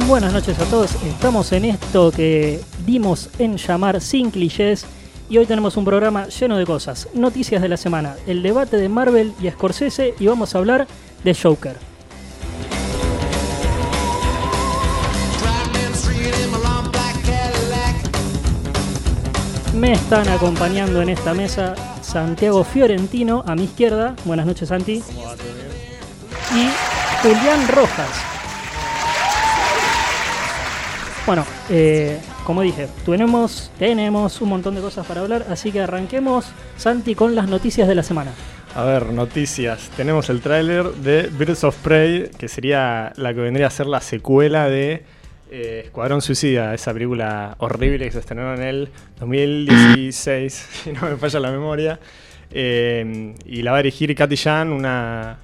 Buenas noches a todos, estamos en esto que dimos en llamar Sin Clichés y hoy tenemos un programa lleno de cosas, noticias de la semana, el debate de Marvel y Scorsese y vamos a hablar de Joker. Me están acompañando en esta mesa Santiago Fiorentino a mi izquierda, buenas noches Santi. ¿Cómo va? ¿Todo bien? Y Julián Rojas. Bueno, como dije, tenemos un montón de cosas para hablar, así que arranquemos, Santi, con las noticias de la semana. A ver, noticias. Tenemos el tráiler de Birds of Prey, que sería la que vendría a ser la secuela de Escuadrón Suicida, esa película horrible que se estrenó en el 2016, si no me falla la memoria. Y la va a dirigir Cathy Yan, una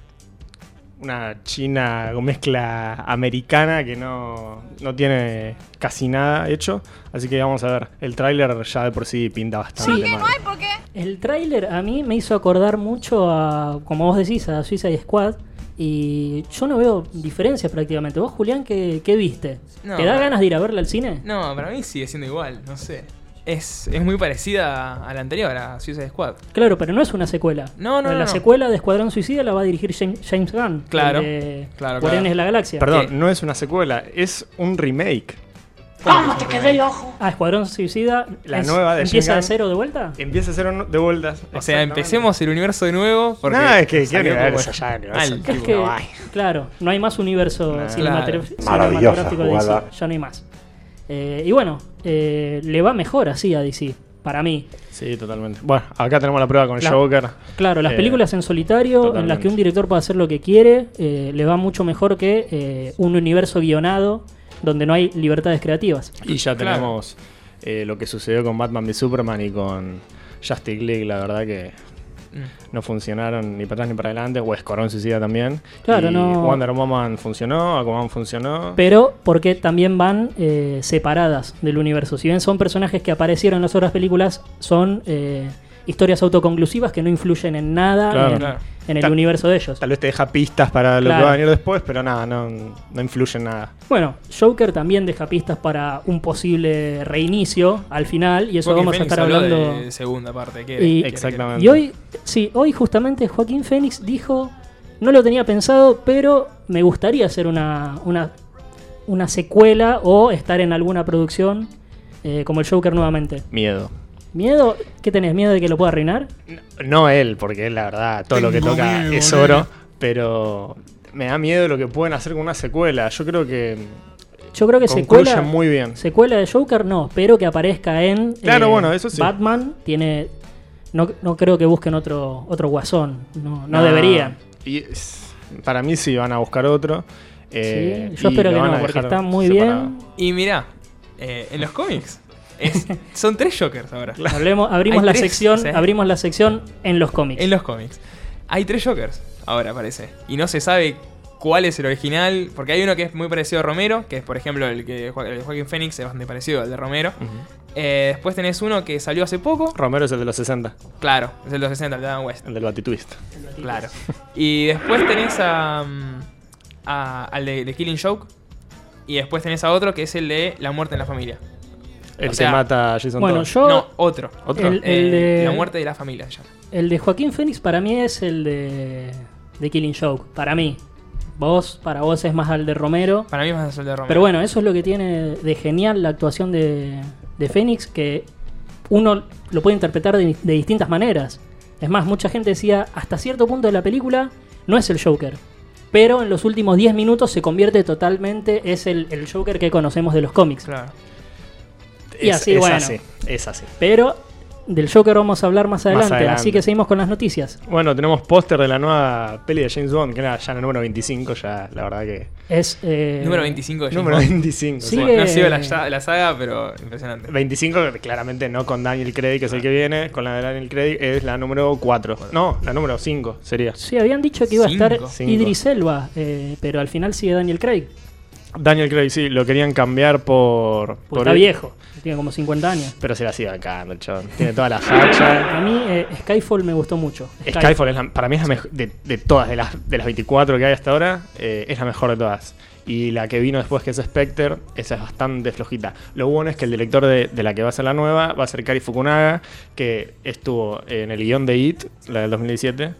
china con mezcla americana que no tiene casi nada hecho. Así que vamos a ver. El tráiler ya de por sí pinta bastante mal. ¿Por qué? El tráiler a mí me hizo acordar mucho a, como vos decís, a Suicide Squad. Y yo no veo diferencias prácticamente. ¿Vos, Julián, qué viste? No, ¿Te da ganas de ir a verla al cine? No, para mí sigue siendo igual, no sé. Es muy parecida a la anterior, a Suicide Squad. Claro, pero no es una secuela. La secuela de Escuadrón Suicida la va a dirigir James Gunn. Claro, el de claro. Guardianes de la Galaxia. Perdón, no es una secuela, es un remake. ¡Vamos, te quedé el ojo! Escuadrón Suicida La nueva de ¿empieza de James Gunn. cero de vuelta? Empieza a ser de vueltas. O sea, empecemos el universo de nuevo. Porque No, es que salió quiero ver como eso ya. mal. Es que, claro, no hay más universo cinematográfico de jugada. DC. Ya no hay más. Y bueno, le va mejor así a DC, para mí. Sí, totalmente. Bueno, acá tenemos la prueba con el La- Joker. Claro, las películas en solitario, totalmente. en las que un director puede hacer lo que quiere, le va mucho mejor que un universo guionado donde no hay libertades creativas. Y ya Claro. tenemos lo que sucedió con Batman v Superman y con Justice League, la verdad que no funcionaron ni para atrás ni para adelante. O Escuadrón Suicida también. Claro, Y no. Wonder Woman funcionó, Aquaman funcionó. Pero porque también van separadas del universo. Si bien son personajes que aparecieron en las otras películas, son historias autoconclusivas que no influyen en nada Claro. en el universo de ellos. Tal vez te deja pistas para lo Claro. que va a venir después, pero nada, no influye en nada. Bueno, Joker también deja pistas para un posible reinicio al final, y eso Joaquin vamos a Phoenix estar habló hablando. de segunda parte. Exactamente. Y hoy justamente Joaquín Phoenix dijo, no lo tenía pensado, pero me gustaría hacer una secuela o estar en alguna producción como el Joker nuevamente. Miedo. ¿Miedo? ¿Qué tenés? ¿Miedo de que lo pueda arruinar? No él, porque él, la verdad, todo lo que Tengo toca miedo, es oro. Pero me da miedo lo que pueden hacer con una secuela. Yo creo que concluyen muy bien. Secuela de Joker no, pero que aparezca en Claro, bueno, eso sí. Batman tiene... No creo que busquen otro guasón. No deberían. Y para mí sí van a buscar otro. Sí, y yo espero lo que van a no, porque dejar está muy separado. bien. Y mirá, en los cómics son 3 Jokers ahora. Abrimos Hay la 3, sección, ¿sí? abrimos la sección en los cómics. En los cómics. Hay 3 Jokers ahora, parece. Y no se sabe cuál es el original. Porque hay uno que es muy parecido a Romero, que es, por ejemplo, el de Joaquin Phoenix, es bastante parecido al de Romero. Después tenés uno que salió hace poco. Romero es el de los 60, Claro, es el de los 60, el de Adam West. el del Batitwist. Claro. Y después tenés al de Killing Joke. Y después tenés a otro que es el de La muerte en la familia. El O sea, que mata a Jason Bueno, Todd. yo... No, otro. ¿Otro? el de- La muerte de la familia se llama. El de Joaquín Phoenix para mí es el de Killing Joke. Para mí. Para vos es más al de Romero. Para mí es más el de Romero. Pero bueno, eso es lo que tiene de genial la actuación de Phoenix, que uno lo puede interpretar de distintas maneras. Es más, mucha gente decía, hasta cierto punto de la película no es el Joker. Pero en los últimos 10 minutos se convierte totalmente, es el Joker que conocemos de los cómics. Claro. Y así, bueno. Es así. Pero del Joker vamos a hablar más adelante, adelante. así que seguimos con las noticias. Bueno, tenemos póster de la nueva peli de James Bond, que era ya en el número 25, ya la verdad que... Es Número 25 de James Número Bond. 25. Sí. sí. Sigue- No sigo la saga, pero impresionante. 25, claramente no con Daniel Craig, que es el que viene. Con la de Daniel Craig es la número 4. No, la número 5 sería. Sí, habían dicho que iba a estar Cinco. Idris Elba, pero al final sigue Daniel Craig. Daniel Craig, sí, lo querían cambiar por Está viejo, tiene como 50 años. Pero se la sigue bancando, el chabón. Tiene toda la facha. A mí Skyfall me gustó mucho. Skyfall para mí es la mejor de todas, de las 24 que hay hasta ahora, es la mejor de todas. Y la que vino después, que es Spectre, esa es bastante flojita. Lo bueno es que el director de la que va a ser la nueva va a ser Cary Fukunaga, que estuvo en el guión de It, la del 2017.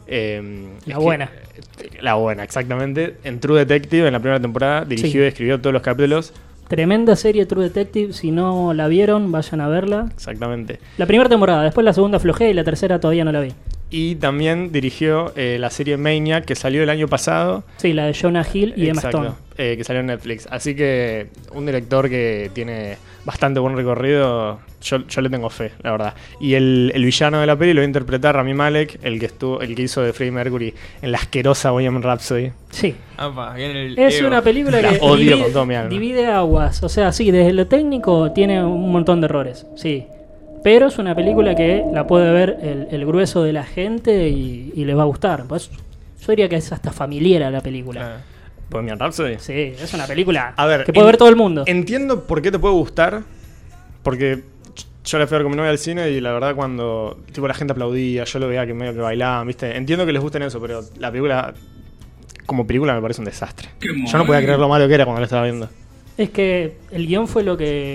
La buena. La buena, exactamente. En True Detective, en la primera temporada, dirigió y escribió todos los capítulos. Tremenda serie True Detective. Si no la vieron, vayan a verla. Exactamente. La primera temporada, después la segunda flojé y la tercera todavía no la vi. Y también dirigió la serie Maniac, que salió el año pasado. Sí, la de Jonah Hill y Emma Stone. Que salió en Netflix. Así que un director que tiene bastante buen recorrido, yo le tengo fe, la verdad. Y el villano de la peli lo va a interpretar Rami Malek, el que hizo de Freddie Mercury en la asquerosa Bohemian Rhapsody. Sí. Opa, es una película que odio con todo mi alma. Divide aguas. O sea, sí, desde lo técnico tiene un montón de errores. Sí. Pero es una película que la puede ver el grueso de la gente y les va a gustar. Pues, yo diría que es hasta familiar la película. Claro. Bohemian Rhapsody. Sí, es una película A ver, que puede ver todo el mundo. Entiendo por qué te puede gustar. Porque yo la fui a ver con mi novia al cine y la verdad cuando tipo la gente aplaudía, yo lo veía que medio que bailaban, ¿viste? Entiendo que les guste eso, pero la película como película me parece un desastre. Yo no podía creer lo malo que era cuando la estaba viendo. Es que el guión fue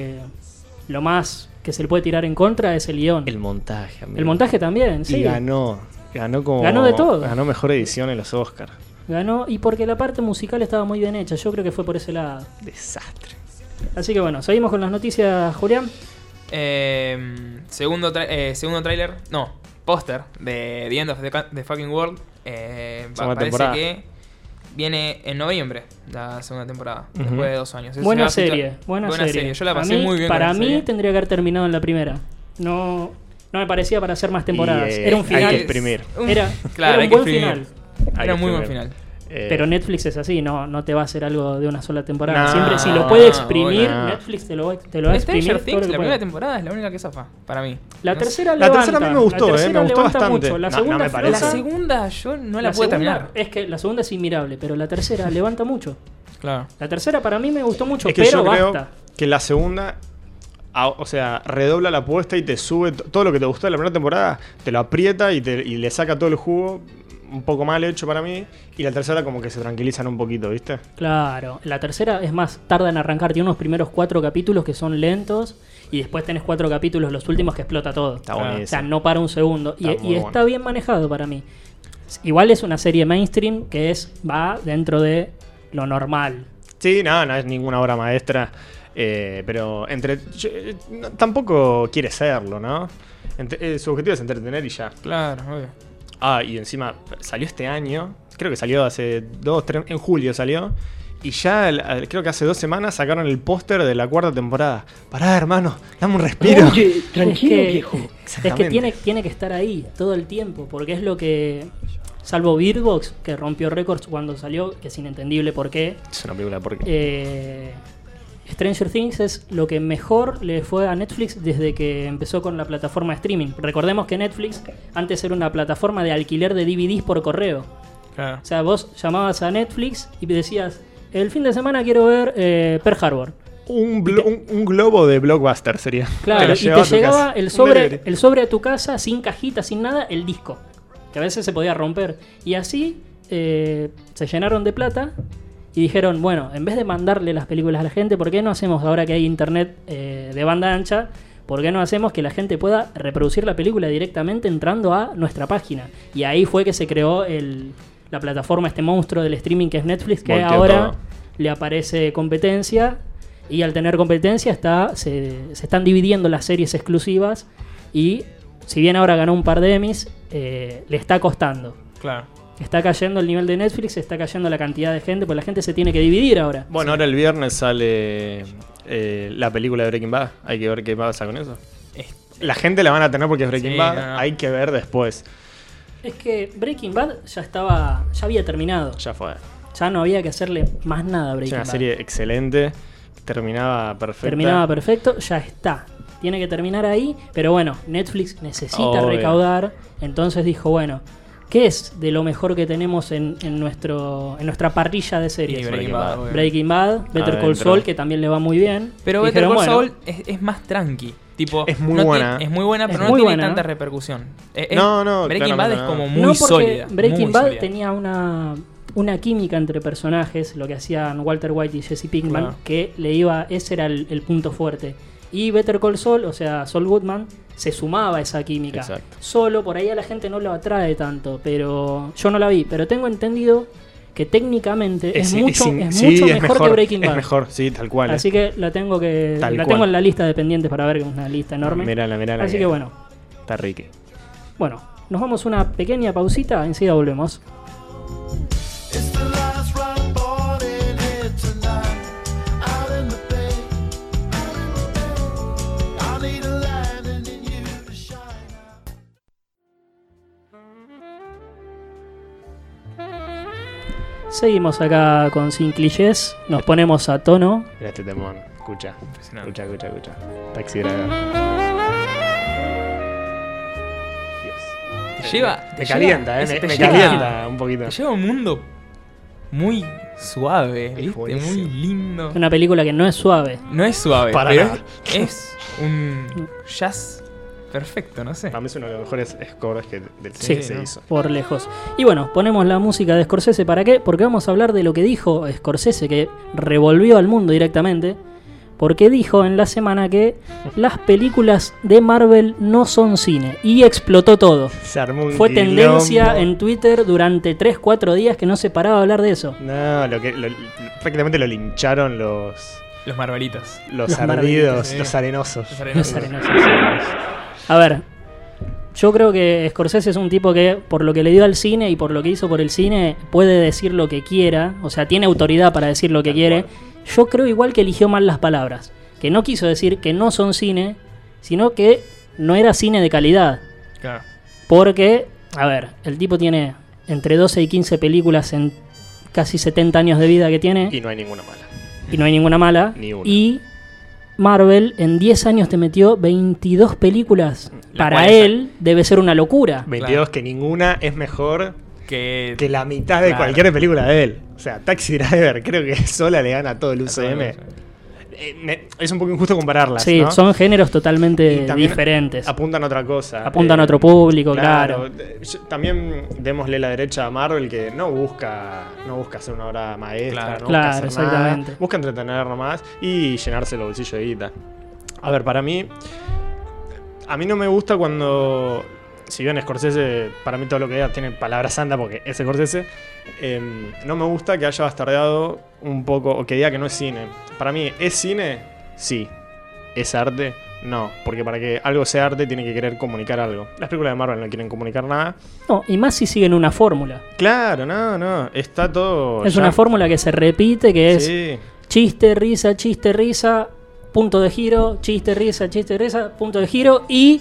lo más que se le puede tirar en contra es el guión. El montaje, amigo. El montaje también, sí. Y ganó de todo. Ganó mejor edición en los Oscars. Ganó, y porque la parte musical estaba muy bien hecha. Yo creo que fue por ese lado. Desastre. Así que bueno, seguimos con las noticias, Julián. Segundo tráiler, no, póster de The End of the Fucking World. Parece temporada. que viene en noviembre la segunda temporada, después de 2 años. Buena serie. Yo la pasé muy bien. Para mí tendría que haber terminado en la primera. No me parecía para hacer más temporadas. Era un final. Hay que exprimir. Era un buen final. Era un muy buen final. Pero Netflix es así, no te va a hacer algo de una sola temporada. No, Siempre, si lo puede exprimir, Netflix te lo va a exprimir. Stranger Things, la primera temporada es la única que zafa, para mí. La tercera La tercera a mí me gustó, me gustó bastante. Mucho. La segunda, me parece. La segunda yo no la pude terminar. Es que la segunda es inmirable, pero la tercera levanta mucho. Claro. La tercera para mí me gustó mucho, es que pero yo creo basta. que la segunda, o sea, redobla la apuesta y te sube todo lo que te gustó de la primera temporada, te lo aprieta y le saca todo el jugo. Un poco mal hecho para mí. Y la tercera como que se tranquilizan un poquito, ¿viste? Claro, la tercera es más, tarda en arrancar. Tiene unos primeros 4 capítulos que son lentos. Y después tenés 4 capítulos, los últimos, que explota todo. Está buenísimo. O sea, no para un segundo. Y está bueno. bien manejado para mí. Igual es una serie mainstream que va dentro de lo normal. Sí, no es ninguna obra maestra. Pero tampoco quiere serlo, ¿no? Su objetivo es entretener y ya. Claro, obvio. Y encima salió este año, creo que salió hace 2-3, en julio salió, y ya creo que hace 2 semanas sacaron el póster de la 4ª temporada. Pará, hermano, dame un respiro. Oye, tranquilo, viejo. Es que tiene que estar ahí todo el tiempo, porque es lo que, salvo Bird Box, que rompió récords cuando salió, que es inentendible por qué. Es una película de por qué. Stranger Things es lo que mejor le fue a Netflix desde que empezó con la plataforma de streaming. Recordemos que Netflix antes era una plataforma de alquiler de DVDs por correo. Claro. O sea, vos llamabas a Netflix y decías, el fin de semana quiero ver Pearl Harbor. Un globo de Blockbuster sería. Claro, y te llegaba el sobre a tu casa, sin cajita, sin nada, el disco. Que a veces se podía romper. Y así se llenaron de plata. Y dijeron, bueno, en vez de mandarle las películas a la gente, ¿por qué no hacemos, ahora que hay internet de banda ancha, por qué no hacemos que la gente pueda reproducir la película directamente entrando a nuestra página? Y ahí fue que se creó la plataforma, este monstruo del streaming que es Netflix, que volteó ahora todo. Le aparece competencia, y al tener competencia se están dividiendo las series exclusivas, y si bien ahora ganó un par de Emmys, le está costando. Claro. Está cayendo el nivel de Netflix, está cayendo la cantidad de gente, pues la gente se tiene que dividir ahora. Bueno, ahora el viernes sale la película de Breaking Bad. Hay que ver qué pasa con eso. La gente la van a tener porque es Breaking Bad. No. Hay que ver después. Es que Breaking Bad ya había terminado. Ya fue. Ya no había que hacerle más nada a Es Breaking una Bad. serie excelente. Terminaba perfecta. Terminaba perfecto, ya está. Tiene que terminar ahí, pero bueno, Netflix necesita Obvio. recaudar. Entonces dijo, bueno, ¿qué es de lo mejor que tenemos en nuestra parrilla de series? Y Breaking Bad, obvio. Breaking Bad, Better Call Adentro. Saul, que también le va muy bien. Pero Y Better dijeron, Call bueno, Saul es más tranqui. Tipo, Es muy no buena. Es muy buena, pero Es no muy tiene buena, tanta ¿no? repercusión. No, Breaking Bad claramente es no. como muy no, porque sólida. Breaking muy Bad sólida. tenía una química entre personajes, lo que hacían Walter White y Jesse Pinkman, Claro. que ese era el punto fuerte. Y Better Call Saul, o sea, Saul Goodman, se sumaba a esa química. Exacto. Solo por ahí a la gente no lo atrae tanto, pero yo no la vi. Pero tengo entendido que técnicamente es mucho mejor que Breaking Bad. Es mejor, sí, tal cual. Así que la tengo Cual. en la lista de pendientes para ver, que es una lista enorme. Mirala. Así que bueno, Está rique. nos vamos a una pequeña pausita, enseguida volvemos. It's the last ride morning here tonight. Out in the bay. I need a landing in you to shine out. Seguimos acá con Sin Clichés, nos ponemos a tono. Mira este temón. Escucha. Impresionante. Escucha. Taxi Driver. Dios. Me calienta, me calienta un poquito. Te lleva a un mundo muy suave, Es ¿viste? buenísimo. Muy lindo. Una película que no es suave. No es suave, Para pero nada. es un jazz perfecto, no sé. Para mí es uno de los mejores scores que del Sí, cine que se ¿no? hizo. Por lejos. Y bueno, ponemos la música de Scorsese. ¿Para qué? Porque vamos a hablar de lo que dijo Scorsese, que revolvió al mundo directamente. Porque dijo en la semana que las películas de Marvel no son cine. Y explotó todo. Se armó un Fue tendencia quilombo. en Twitter durante 3-4 días que no se paraba de hablar de eso. No, prácticamente lo lincharon los Los Marvelitos. Los ardidos, marvelitos, sí. los arenosos. Los Los arenosos. arenosos. A ver, yo creo que Scorsese es un tipo que, por lo que le dio al cine y por lo que hizo por el cine, puede decir lo que quiera. O sea, tiene autoridad para decir lo que Tal quiere. cual. Yo creo igual que eligió mal las palabras. Que no quiso decir que no son cine, sino que no era cine de calidad. Claro. Porque, a ver, el tipo tiene entre 12 y 15 películas en casi 70 años de vida que tiene. Y no hay ninguna mala. Y no hay ninguna mala. Ni una. Y Marvel en 10 años te metió 22 películas. La Para cual él debe ser una locura. 22 que ninguna es mejor Que que la mitad de Claro. cualquier película de él. O sea, Taxi Driver creo que sola le gana a todo el a todo UCM. eso. Es un poco injusto compararlas, Sí, ¿no? son géneros totalmente Y también diferentes. Apuntan a otra cosa. Apuntan a otro público, claro. También démosle la derecha a Marvel, que no busca hacer una obra maestra, Claro. no Claro, busca hacer exactamente. nada. Busca entretener nomás y llenarse los bolsillos de guita. A ver, a mí no me gusta cuando, si bien Scorsese, para mí todo lo que diga tiene palabra santa porque es Scorsese, no me gusta que haya bastardeado un poco, o que diga que no es cine. Para mí, ¿es cine? Sí. ¿Es arte? No, porque para que algo sea arte tiene que querer comunicar algo. Las películas de Marvel no quieren comunicar nada. No, y más si siguen una fórmula. Claro, no, está todo... Es ya- una fórmula que se repite, que es Sí, chiste, risa, punto de giro, chiste, risa, punto de giro y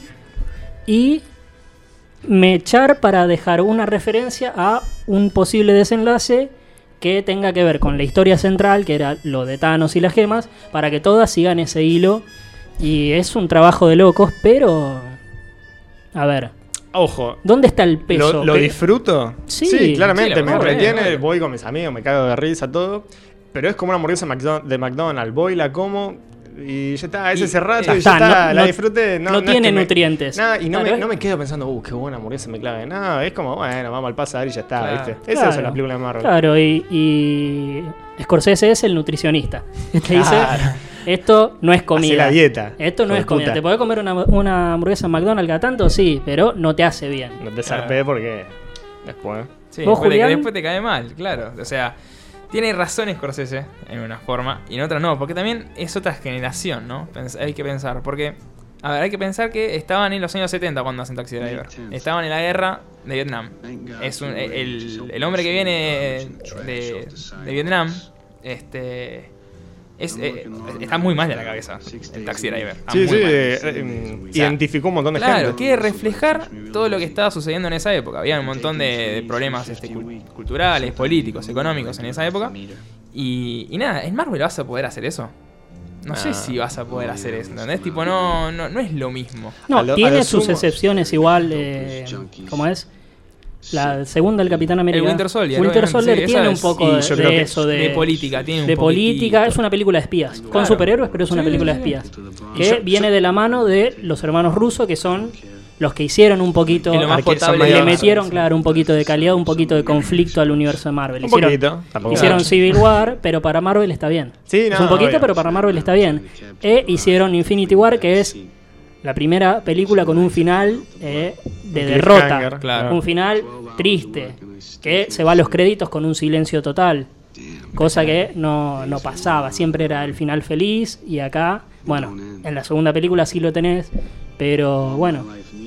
mechar para dejar una referencia a un posible desenlace que tenga que ver con la historia central, que era lo de Thanos y las gemas, para que todas sigan ese hilo. Y es un trabajo de locos, pero... A ver, ojo, ¿dónde está el peso? ¿lo disfruto? Sí. claramente, Sí, me lo mejor, entretiene, obvio. voy con mis amigos, me cago de risa, todo. Pero es como una hamburguesa de McDonald's, voy, la como y ya está, Y ese rato ya y ya está, está, no- la no- disfruté. no es tiene que me- nutrientes. Nada, y Claro, no me quedo pensando, qué buena hamburguesa me clave. No, es como, bueno, vamos al pasar y ya está, Claro. ¿viste? Esa Claro. es la película de Marvel. Claro, y Scorsese es el nutricionista. Te dice, Claro. esto no es comida. Hace la dieta. Esto no hijo es de comida. puta. ¿Te podés comer una hamburguesa en McDonald's cada tanto? Sí, pero no te hace bien. No te zarpé porque después... Sí, ¿Vos, Julián? después te cae mal, claro. O sea, tiene razón Scorsese en una forma y en otra no, porque también es otra generación, ¿no? Hay que pensar, porque, a ver, hay que pensar que estaban en los años 70 cuando hacen Taxi Driver. Estaban en la guerra de Vietnam. Es el hombre que viene de Vietnam, está muy mal de la cabeza, el Taxi Driver. Está Sí, muy sí, mal. O sea, identificó un montón de Claro, gente. quiere reflejar todo lo que estaba sucediendo en esa época. Había un montón de problemas culturales, políticos, económicos en esa época. Y nada, ¿en Marvel vas a poder hacer eso? No sé si vas a poder hacer eso, ¿entendés? Tipo, no es lo mismo. No, A lo tiene sus sumo. excepciones igual, ¿cómo es? La segunda del Capitán América. El Winter Soldier, Winter obviamente, Soldier sí, tiene esa un es- poco y de, yo creo de que eso de política, tiene un de política. poquitito. Es una película de espías. Con Claro. superhéroes, pero es una Sí, película sí, de sí. espías. Que viene de la mano de los hermanos rusos, que son los que hicieron un poquito. Es lo más Aquí son potable medio- Le de la- metieron, claro, un poquito de calidad, un poquito de conflicto al universo de Marvel. Un poquito. Tampoco. Hicieron Claro. Civil War, pero para Marvel está bien. Sí, Es no, un poquito, obvio. pero para Marvel está bien. E hicieron Infinity War, que es la primera película con un final de derrota. cliffhanger, claro. Un final triste, que se va a los créditos con un silencio total. Cosa que no pasaba, siempre era el final feliz y acá, bueno, en la segunda película sí lo tenés, pero bueno,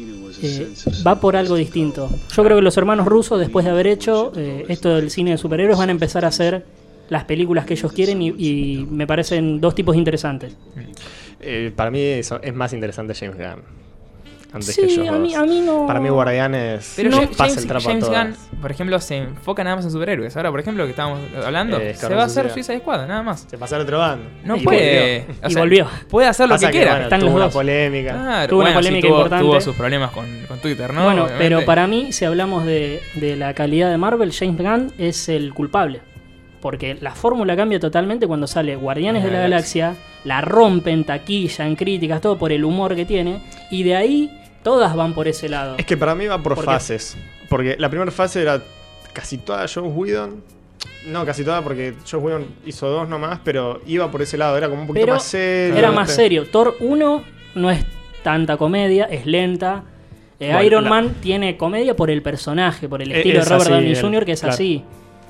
va por algo distinto. Yo creo que los hermanos rusos, después de haber hecho esto del cine de superhéroes, van a empezar a hacer las películas que ellos quieren y me parecen dos tipos interesantes. Para mí es más interesante James Gunn. Antes Sí, que ellos a mí dos. no... Para mí Guardianes Pero No, pasa el trapo a James todas. Gunn, por ejemplo, se enfoca nada más en superhéroes. Ahora, por ejemplo, que estábamos hablando, se Escuadrón va a hacer Suicida. Suicide Squad, nada más. Se pasó al otro bando. No Y puede. volvió. Y volvió. Puede hacer lo Pasa que quiera. bueno, Están tuvo los una dos. polémica. Claro, Tuvo una bueno, sí, polémica tuvo importante. sus problemas con Twitter, ¿no? Bueno, Obviamente. pero para mí, si hablamos de la calidad de Marvel, James Gunn es el culpable. Porque la fórmula cambia totalmente cuando sale Guardianes de la Galaxia, la rompe en taquilla, en críticas, todo por el humor que tiene, y de ahí todas van por ese lado. Es que para mí va por ¿Por qué? fases. Porque la primera fase era casi toda Joss Whedon. No, casi toda, porque Joss Whedon hizo 2 nomás, pero iba por ese lado. Era como un poquito Pero más serio. era más ¿viste? serio. Thor 1 no es tanta comedia, es lenta. Bueno, Iron la- Man tiene comedia por el personaje, por el Es estilo de Robert así, Downey él, Jr., que es claro. así.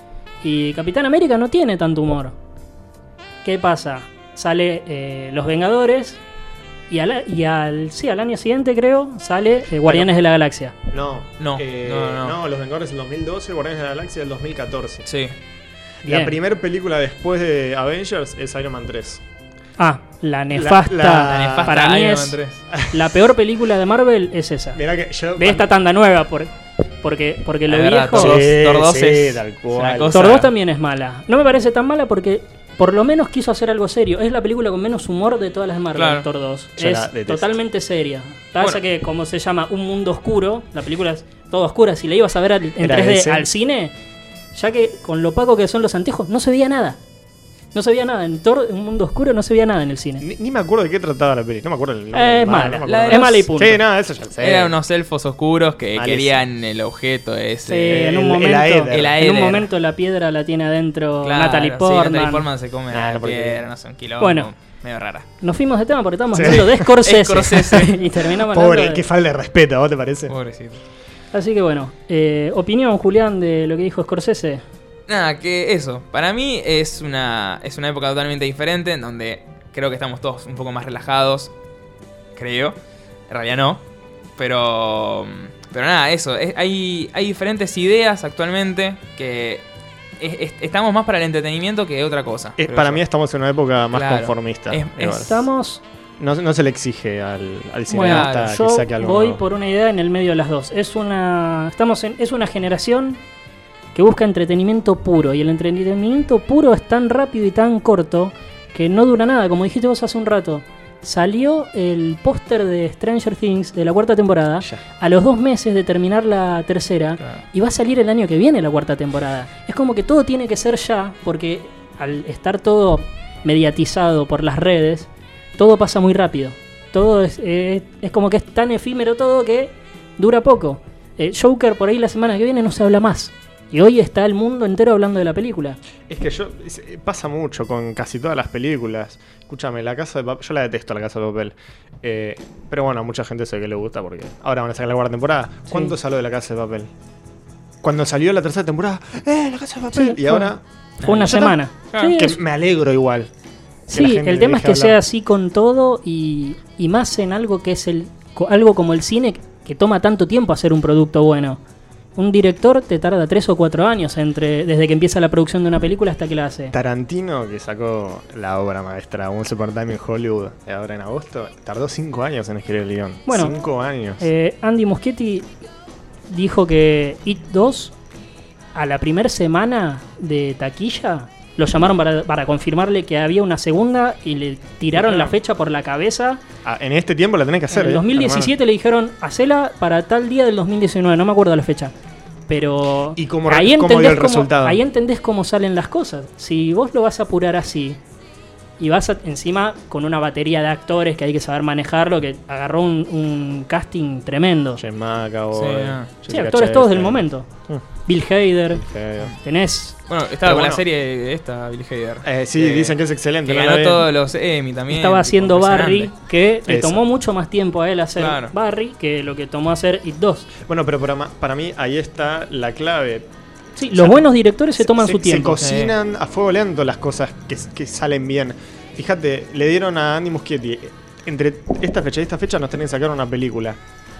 Y Capitán América no tiene tanto humor. ¿Qué pasa? Sale Los Vengadores y al año siguiente, creo, sale Guardianes de la Galaxia. No, No, no. Los Vengadores en 2012, Guardianes de la Galaxia en 2014. Sí. Bien. La primera película después de Avengers es Iron Man 3. Ah, la nefasta. la nefasta para mí Iron es Man 3. la peor película de Marvel es esa. Mirá que yo. De esta tanda nueva, porque lo La verdad, viejo... Thor 2 sí, es tal una cual. cosa- Thor 2 también es mala. No me parece tan mala porque por lo menos quiso hacer algo serio. Es la película con menos humor de todas las de Marvel, Claro. Thor 2. Yo la Es detesto. totalmente seria. Pasa Bueno. que como se llama Un Mundo Oscuro, la película es toda oscura. Si la ibas a ver en Era 3D ese. al cine, ya que con lo opaco que son los anteojos, no se veía nada. No se veía nada. En Thor, Un Mundo Oscuro, no se veía nada en el cine. Ni me acuerdo de qué trataba la peli. No me acuerdo el nombre. Es mala. no me acuerdo. La de Es los- mala y punto. Sí, no, eso ya lo sé. Eran unos elfos oscuros que Malísimo. querían el objeto Sí, ese. en un el momento, Aether. El en un Aether. momento la piedra la tiene adentro Claro, Natalie sí, Portman. Natalie Portman se come Ah, la porque- piedra, no sé, un quilombo Bueno. medio rara. Nos fuimos de tema porque estamos Sí. hablando de Scorsese. Scorsese. Y terminamos hablando Pobre, de- qué falta de respeto, ¿vos te parece? Pobrecito. Así que bueno, opinión, Julián, de lo que dijo Scorsese. Nada, que eso. Para mí es una época totalmente diferente en donde creo que estamos todos un poco más relajados. Creo. En realidad no. Pero nada, eso. Hay diferentes ideas actualmente que estamos más para el entretenimiento que otra cosa. creo Para yo. mí estamos en una época más Claro. conformista. Es- igual. Estamos... No se le exige al Bueno, cineasta que yo saque algo voy nuevo. por una idea en el medio de las dos. Es una generación que busca entretenimiento puro. Y el entretenimiento puro es tan rápido y tan corto que no dura nada. Como dijiste vos hace un rato, salió el póster de Stranger Things de la 4ª temporada Ya. a los 2 meses de terminar la 3ª. Claro. Y va a salir el año que viene la 4ª temporada. Es como que todo tiene que ser ya, porque al estar todo mediatizado por las redes, todo pasa muy rápido. Todo es como que es tan efímero todo que dura poco. Joker por ahí la semana que viene no se habla más. Y hoy está el mundo entero hablando de la película. Es que pasa mucho con casi todas las películas. Escúchame, La Casa de Papel, yo la detesto, La Casa de Papel. Pero bueno, a mucha gente sé que le gusta porque ahora van a sacar la 4ª temporada. ¿Cuánto salió de La Casa de Papel? Cuando salió la 3ª temporada, La Casa de Papel. Sí, y fue- ahora, Fue una Ya está. semana. Claro. Sí, que es- me alegro igual. que la sí, gente el tema es deje que hablar. sea así con todo y más en algo que es algo como el cine que toma tanto tiempo hacer un producto bueno. Un director te tarda 3 o 4 años desde que empieza la producción de una película hasta que la hace. Tarantino, que sacó la obra maestra Once Upon a Time in Hollywood ahora en agosto, tardó 5 años en escribir el guión. Bueno, 5 años. Andy Muschietti dijo que It 2 a la primera semana de taquilla lo llamaron para confirmarle que había una segunda y le tiraron Claro. la fecha por la cabeza. En este tiempo la tenés que hacer. En el 2017 le dijeron, hacela para tal día del 2019, no me acuerdo la fecha. Pero ¿Y cómo ahí dio el entendés resultado? ahí entendés cómo salen las cosas. Si vos lo vas a apurar así y vas encima con una batería de actores que hay que saber manejarlo, que agarró un casting tremendo. James McAvoy, Sí, Sí, Jessica actores todos del Chastain. momento. Mm. Bill Hader, Sí. tenés... Bueno, estaba Pero con bueno. la serie de esta, Bill Hader. Sí, dicen que es excelente. Que no la ganó vi. todos los Emmy también. Estaba tipo, haciendo Barry, impresionante. que le Eso. tomó mucho más tiempo a él hacer Claro. Barry que lo que tomó hacer It 2. Bueno, pero para mí ahí está la clave. Sí, O los sea, buenos directores se toman su Se tiempo. cocinan a fuego lento las cosas que salen bien. Fíjate, le dieron a Andy Muschietti, entre esta fecha y esta fecha nos tenían que sacar una película.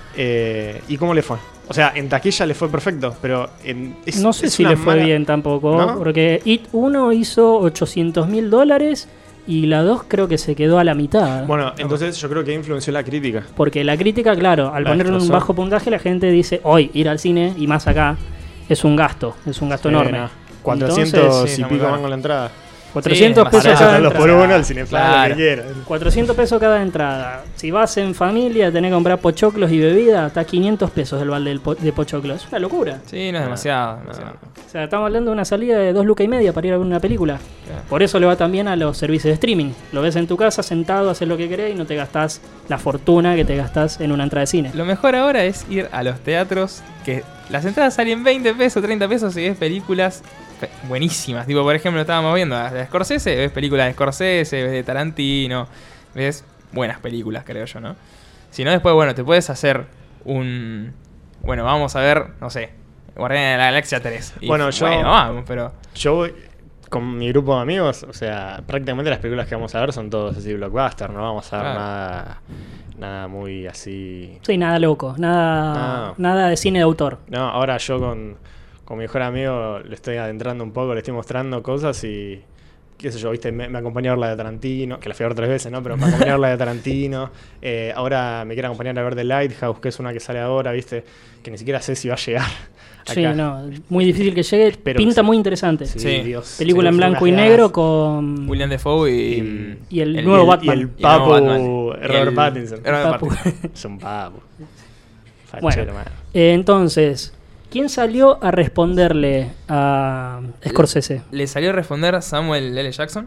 ¿Y cómo le fue? O sea, en taquilla le fue perfecto, pero No sé si una le fue mala- bien tampoco, ¿No? porque It 1 hizo $800.000 y la 2 creo que se quedó a la mitad. Bueno, entonces yo creo que influenció la crítica. Porque la crítica, claro, al La ponerle un destrozó. bajo puntaje, la gente dice, hoy ir al cine y más acá es un gasto enorme. No, 400 Entonces, sí, y está muy pico caro. van con la entrada. 400 Sí, pesos demasiado. cada Los por entrada. uno, el Cineflix, lo Claro. que quieran. 400 pesos cada entrada. Si vas en familia, tenés que comprar pochoclos y bebida, está 500 pesos el balde de pochoclos. Es una locura. Sí, no es demasiado. demasiado. O sea, estamos hablando de una salida de 2 lucas y media para ir a ver una película. Claro. Por eso le va también a los servicios de streaming. Lo ves en tu casa, sentado, haces lo que querés y no te gastás la fortuna que te gastás en una entrada de cine. Lo mejor ahora es ir a los teatros, que las entradas salen 20 pesos, 30 pesos y ves películas buenísimas. Tipo, por ejemplo, estábamos viendo las de Scorsese, ves películas de Scorsese, ves de Tarantino, ves buenas películas, creo yo, ¿no? Si no, después, bueno, te puedes hacer un... Bueno, vamos a ver, no sé, Guardianes de la Galaxia 3. Y, Bueno, yo- Bueno, vamos, pero... Yo voy con mi grupo de amigos, o sea, prácticamente las películas que vamos a ver son todos así blockbuster, no vamos a ver Claro. nada muy así. Sí, nada loco, No. nada de cine de autor. No, ahora yo con mi mejor amigo le estoy adentrando un poco, le estoy mostrando cosas y qué sé yo, viste, me acompañó a ver la de Tarantino, que la fui a ver 3 veces, ¿no? Pero me acompañó a ver la de Tarantino. Ahora me quiere acompañar a ver The Lighthouse, que es una que sale ahora, viste, que ni siquiera sé si va a llegar. Sí, acá. no, muy difícil que llegue. Pero Pinta sí. muy interesante. Sí, Sí. Dios. Película en Sí, blanco y unas negro ganas. con William Defoe y el nuevo Batman. Y el Y el nuevo papu Batman. Robert El- Pattinson. Robert Papu. Pattinson. Es un papu. Bueno. Fachero, man. Entonces, ¿quién salió a responderle a Scorsese? Le salió a responder Samuel L. Jackson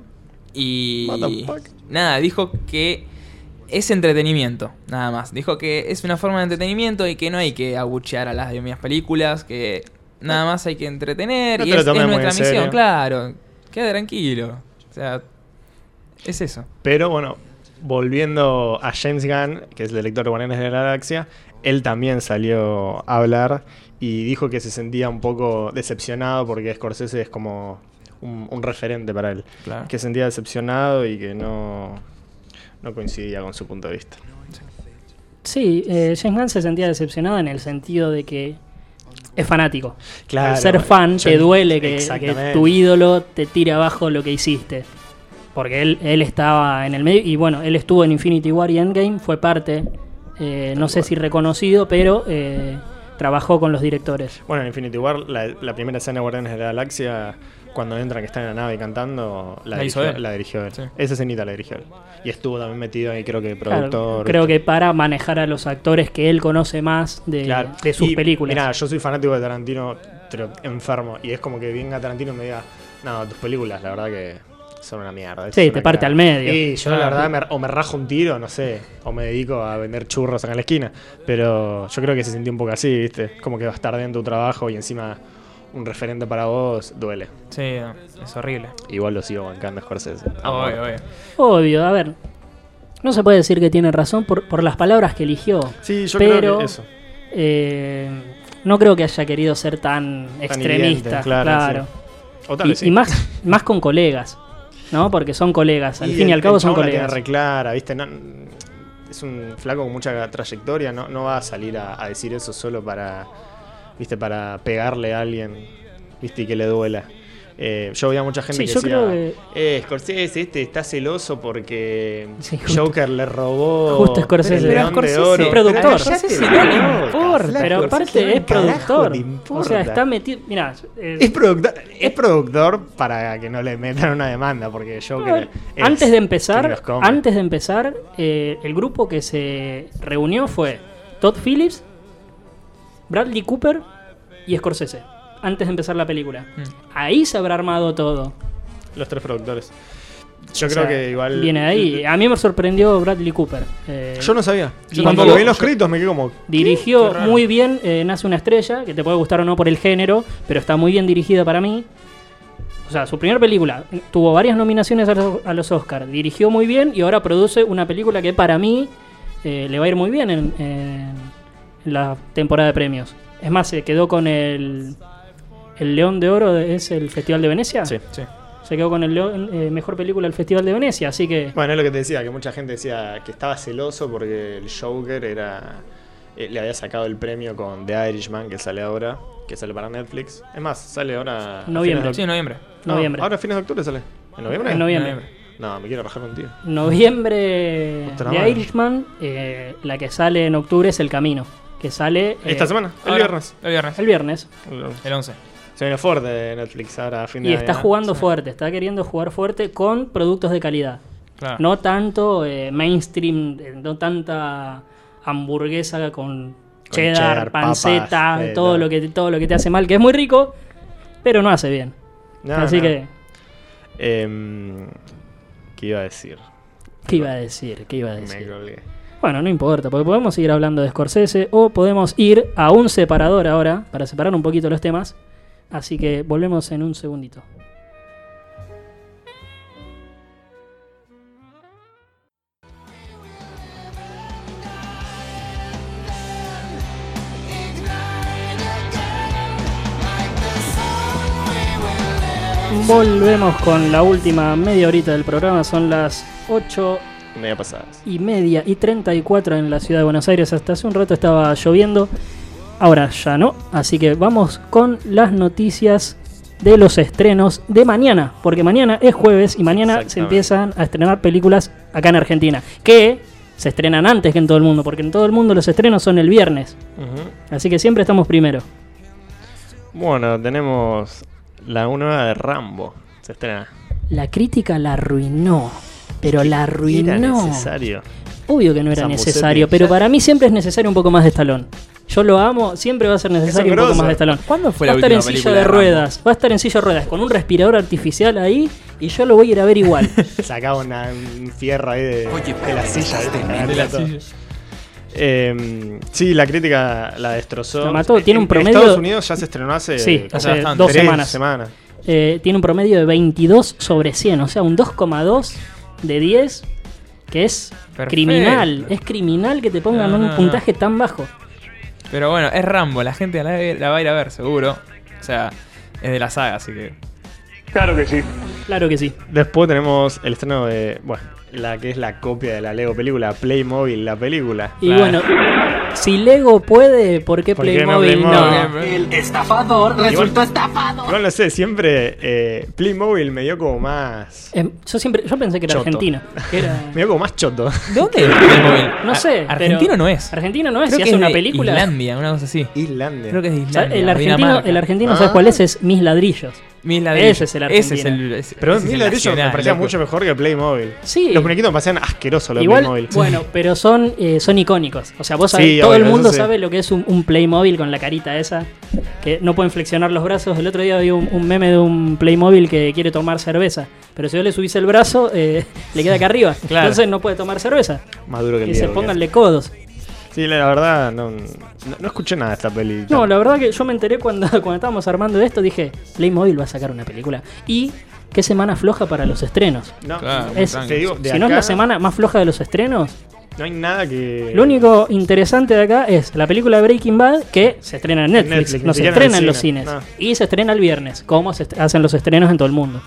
y What the fuck? nada, dijo que es entretenimiento, nada más. Dijo que es una forma de entretenimiento y que no hay que abuchear a las demás películas, que nada más hay que entretener No y te lo es tomes muy nuestra en misión, serio. claro. Queda tranquilo. O sea, es eso. Pero bueno, volviendo a James Gunn, que es el director de Guardianes de la Galaxia, él también salió a hablar y dijo que se sentía un poco decepcionado porque Scorsese es como un referente para él. Claro. Que se sentía decepcionado y que no coincidía con su punto de vista. Sí, James Gunn se sentía decepcionado en el sentido de que es fanático. Claro, Al ser fan yo- te duele que exactamente. tu ídolo te tire abajo lo que hiciste. Porque él estaba en el medio y bueno, él estuvo en Infinity War y Endgame, fue parte, no sé si reconocido, pero trabajó con los directores. Bueno, en Infinity War, la primera escena de Guardianes de la Galaxia, cuando entran que están en la nave cantando, La hizo él. la dirigió él. Sí. Esa escenita la dirigió él. Y estuvo también metido ahí, creo que Claro, productor. creo ¿viste? que para manejar a los actores que él conoce más Claro. de sus Y, películas. Mirá, yo soy fanático de Tarantino, pero enfermo. Y es como que venga Tarantino y me diga, no, tus películas, la verdad que son una mierda. Sí, es te una parte cagada". al medio. Y yo la Claro. verdad o me rajo un tiro, no sé, o me dedico a vender churros acá en la esquina. Pero yo creo que se sintió un poco así, ¿viste? Como que bastardear en tu trabajo y encima un referente para vos duele. Sí, es horrible. Igual lo sigo bancando a Scorsese. Obvio, obvio. Obvio, a ver. No se puede decir que tiene razón por las palabras que eligió. Sí, yo Pero- creo que eso. No creo que haya querido ser tan extremista. hiriente, claro, O tal vez sí. Y más con colegas, ¿no? Porque son colegas. Al fin y al cabo son chabón la tiene colegas. re clara, ¿viste? No, es un flaco con mucha trayectoria, no va a salir a decir eso solo para, ¿viste? Para pegarle a alguien, ¿viste? Y que le duela. Yo veía mucha gente Sí, que yo decía, creo Scorsese está celoso porque Sí, justo- Joker le robó justo Scorsese. el Pero León de Scorsese Oro. es productor. Cállate Scorsese la no le boca, importa. flaco, Pero aparte ¿qué es carajo productor. te O importa? sea, está metido. Mirá, Es productor para que no le metan una demanda, porque Joker es antes de King empezar, of Comedy. el grupo que se reunió fue Todd Phillips, Bradley Cooper y Scorsese, antes de empezar la película. Mm. Ahí se habrá armado todo. Los 3 productores. Yo O creo sea, que igual. Viene de ahí. A mí me sorprendió Bradley Cooper. Yo no sabía. Yo Cuando tampoco. vi los créditos me quedé como. Dirigió Qué raro. muy bien Nace una estrella, que te puede gustar o no por el género, pero está muy bien dirigida para mí. O sea, su primera película tuvo varias nominaciones a los Oscars, dirigió muy bien y ahora produce una película que para mí le va a ir muy bien en la temporada de premios. Es más, se quedó con el León de Oro, ¿es el Festival de Venecia? Sí. Sí. Se quedó con el mejor película del Festival de Venecia, así que... Bueno, es lo que te decía, que mucha gente decía que estaba celoso porque el Joker le había sacado el premio con The Irishman, que sale ahora, que sale para Netflix. Es más, sale ahora. a Noviembre. fines Sí, de en noviembre. No, Noviembre. ahora a fines de octubre sale. ¿En noviembre? En noviembre. No, me quiero rajar contigo. Noviembre Otra de madre. Irishman, la que sale en octubre es El Camino, que sale Esta semana, el Ahora, viernes. El viernes. el viernes. El 11. Se viene fuerte de Netflix ahora a fin de Y año. está jugando fuerte, está queriendo jugar fuerte con productos de calidad. Claro. No tanto mainstream, no tanta hamburguesa con cheddar, papas, panceta, feta. todo lo que te hace mal, que es muy rico, pero no hace bien. No, Así no. que, ¿Qué iba a decir? ¿qué iba a decir? ¿Qué iba a Me decir? colgué. Bueno, no importa, porque podemos seguir hablando de Scorsese o podemos ir a un separador ahora, para separar un poquito los temas. Así que volvemos en un segundito. Volvemos con la última media horita del programa, son las 8:30 Media pasadas. y 34 en la ciudad de Buenos Aires. Hasta hace un rato estaba lloviendo, ahora ya no. Así que vamos con las noticias de los estrenos de mañana, porque mañana es jueves y mañana se Exactamente. empiezan a estrenar películas acá en Argentina, que se estrenan antes que en todo el mundo, porque en todo el mundo los estrenos son el viernes. Ujú. Así que siempre estamos primero. Bueno, tenemos la nueva de Rambo. Se estrena. La crítica la arruinó, pero la arruinó. Era necesario. Obvio que no era Sam necesario, Buscemi. pero para mí siempre es necesario un poco más de Stallone. Yo lo amo, siempre va a ser necesario un poco grosso. más de Stallone. ¿Cuándo fue Va a la estar en última silla película de de Rambo? ruedas, va a estar en silla de ruedas con un respirador artificial ahí y yo lo voy a ir a ver igual. Sacaba un fierro ahí de la silla. ¿viste? De Cagarla la todo. silla. Sí, la crítica la destrozó. La mató, tiene un En promedio- Estados Unidos ya se estrenó hace Sí, como hace bastante. 2 3 semanas. semanas. Tiene un promedio de 22 sobre 100, o sea, un 2,2 de 10, que es Perfecto. criminal. Es criminal que te pongan No, un no, puntaje tan bajo. Pero bueno, es Rambo, la gente la va a ir a ver, seguro. O sea, es de la saga, así que. Claro que sí. Después tenemos el estreno de, bueno, la que es la copia de la Lego película, Playmobil, la película. Y Claro. bueno, si Lego puede, ¿por qué ¿Por qué no Playmobil no? Playmobil? El estafador resultó estafado. Igual no sé, siempre Playmobil me dio como más... Yo pensé que era Choto. argentino. que era- Me dio como más choto. ¿De dónde es Playmobil? No sé. Argentino pero- no es. Argentino no es, Creo si que hace es una de película. Islandia, una cosa así. Islandia. Creo que es de O sea, Islandia. el argentino, Dinamarca. ¿sabes cuál es? Es Mis Ladrillos. Mis ladrillos. Ese es el Ese es argentino. el. Pero ese es mi el ladrillo me nacional, parecía loco. mucho mejor que Playmobil. Sí. Los muñequitos me parecían asquerosos los de Igual, Playmobil. bueno, pero son icónicos. O sea, vos sabés, Sí, todo obvio, el mundo eso sí. sabe lo que es un Playmobil con la carita esa, que no pueden flexionar los brazos. El otro día vi un meme de un Playmobil que quiere tomar cerveza, pero si vos le subís el brazo, le queda acá arriba. Claro. Entonces no puede tomar cerveza. Más duro que el Dice, Diego, pónganle codos. Sí, la verdad, no escuché nada de esta peli. No, la verdad que yo me enteré cuando estábamos armando esto, dije, Playmobil va a sacar una película. Y qué semana floja para los estrenos. No, Claro, Es- te digo, de Si no es la acá semana más floja de los estrenos, no hay nada que... lo único interesante de acá es la película de Breaking Bad, que se estrena en Netflix, Netflix, no ni se siquiera estrena en en el los cine, cines. no. Y se estrena el viernes, como hacen los estrenos en todo el mundo.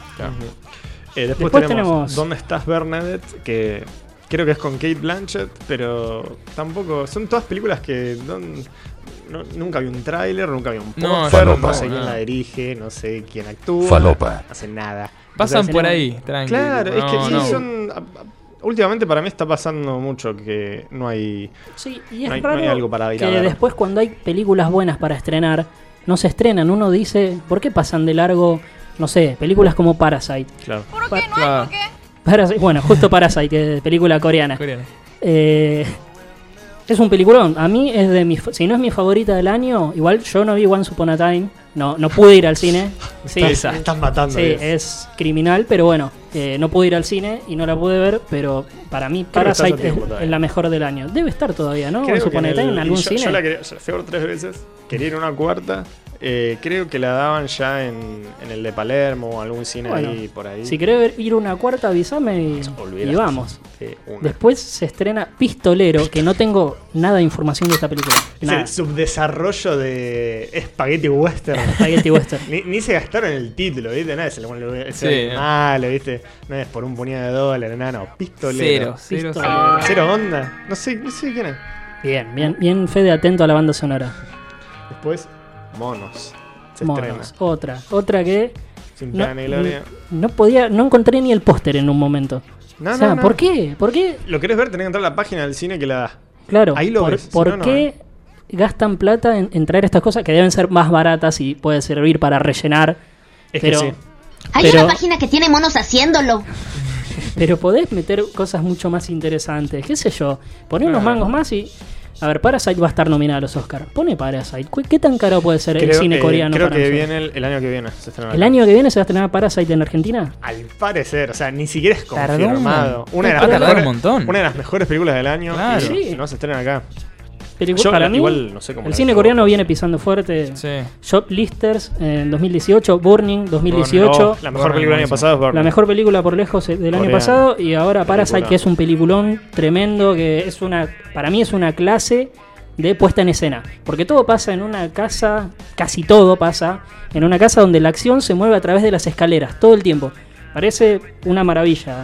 Después Después tenemos tenemos- ¿Dónde estás, Bernadette? Que creo que es con Kate Blanchett, pero tampoco... Son todas películas que nunca vi un tráiler, nunca vi un No, póster, yo no sé tampoco, quién no. la dirige, no sé quién actúa. Falopa. No sé nada. Pasan Entonces, por no- ahí, tranquilo. Claro, es que No, sí, no. son... Últimamente para mí está pasando mucho que no hay... Sí, y es No hay- raro no hay algo para ir a que ver. después cuando hay películas buenas para estrenar, no se estrenan. Uno dice, ¿por qué pasan de largo, no sé, películas como Parasite? Claro. Claro. Bueno, justo Parasite, que es película coreana. Coreano. Es un peliculón. A mí es de mis... Si no es mi favorita del año, igual yo no vi Once Upon a Time. No pude ir al cine. Sí, Estás matando. sí, Dios. es criminal, pero bueno, no pude ir al cine y no la pude ver, pero para mí Creo que está a Parasite tiempo es todavía. la mejor del año. Debe estar todavía, ¿no? Creo Once que Upon a Time en algún yo cine. la fui por 3 veces. Quería ir a una cuarta. Creo que la daban ya en el de Palermo o algún cine Bueno, ahí por ahí. Si querés ir una cuarta, avísame y Olvidaste. vamos. Una. Después se estrena Pistolero, que no tengo nada de información de esta película. Es Nada. el subdesarrollo de Spaghetti Western. Spaghetti Western. Ni se gastaron el título, ¿viste? Nada, es Sí. malo, ¿viste? No es por un puñado de dólares, nada, no. Pistolero. Cero. Cero onda. No sé quién es. Bien, Fede, atento a la banda sonora. Después, Monos. Se Monos. estrena. Otra que Sin no, pena ni gloria. no encontré ni el póster en un momento. No, O sea, no. ¿por qué? ¿Por qué? ¿Lo querés ver? Tenés que entrar a la página del cine que la da. Claro, Ahí lo ves, si ¿por no, no, qué gastan plata en traer estas cosas que deben ser más baratas y puede servir para rellenar? Es pero, que sí. Hay pero, una página que tiene monos haciéndolo. pero podés meter cosas mucho más interesantes. ¿Qué sé yo? Poner unos mangos más y... A ver, Parasite va a estar nominada a los Oscars. Pone Parasite. ¿Qué tan caro puede ser el cine coreano? Creo para que nosotros? viene el año que viene. Se estrena ¿El acá. año que viene se va a estrenar Parasite en Argentina? Al parecer, o sea, ni siquiera es Tardó confirmado. un- Una de Va las a tardar mejores, un montón. Una de las mejores películas del año. Claro. Y Sí. no se estrena acá. Yo, para mí, igual no sé cómo el la cine llevo. coreano viene pisando fuerte. Sí. Shoplifters en 2018, Burning 2018. La mejor película del año pasado es Burning. La mejor película por lejos del año Coreana. pasado. Y ahora Parasite, Película. que es un peliculón tremendo. Que es para mí es una clase de puesta en escena. Porque todo pasa en una casa, casi todo pasa en una casa donde la acción se mueve a través de las escaleras todo el tiempo. Parece una maravilla.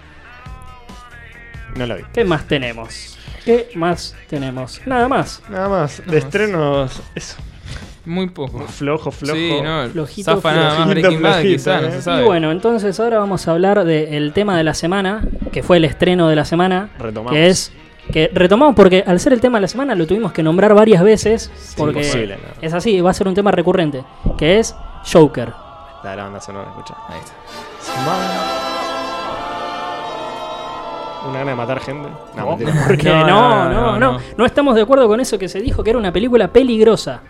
No la vi. ¿Qué más tenemos? ¿Qué más tenemos? Nada más. Nada más. Nada De más. estrenos, eso. Muy poco. Flojo. Sí, no, Flojito, zafa nada más flojito, Breaking Bad, flojito, quizá, no se Y sabe. bueno, entonces ahora vamos a hablar del tema de la semana, que fue el estreno de la semana, Retomamos. que es que retomamos porque al ser el tema de la semana lo tuvimos que nombrar varias veces, porque imposible, no. es así, va a ser un tema recurrente, que es Joker. La banda sonora, escucha. Ahí está. Una gana de matar gente. No, mentira. Porque no estamos de acuerdo con eso que se dijo que era una película peligrosa.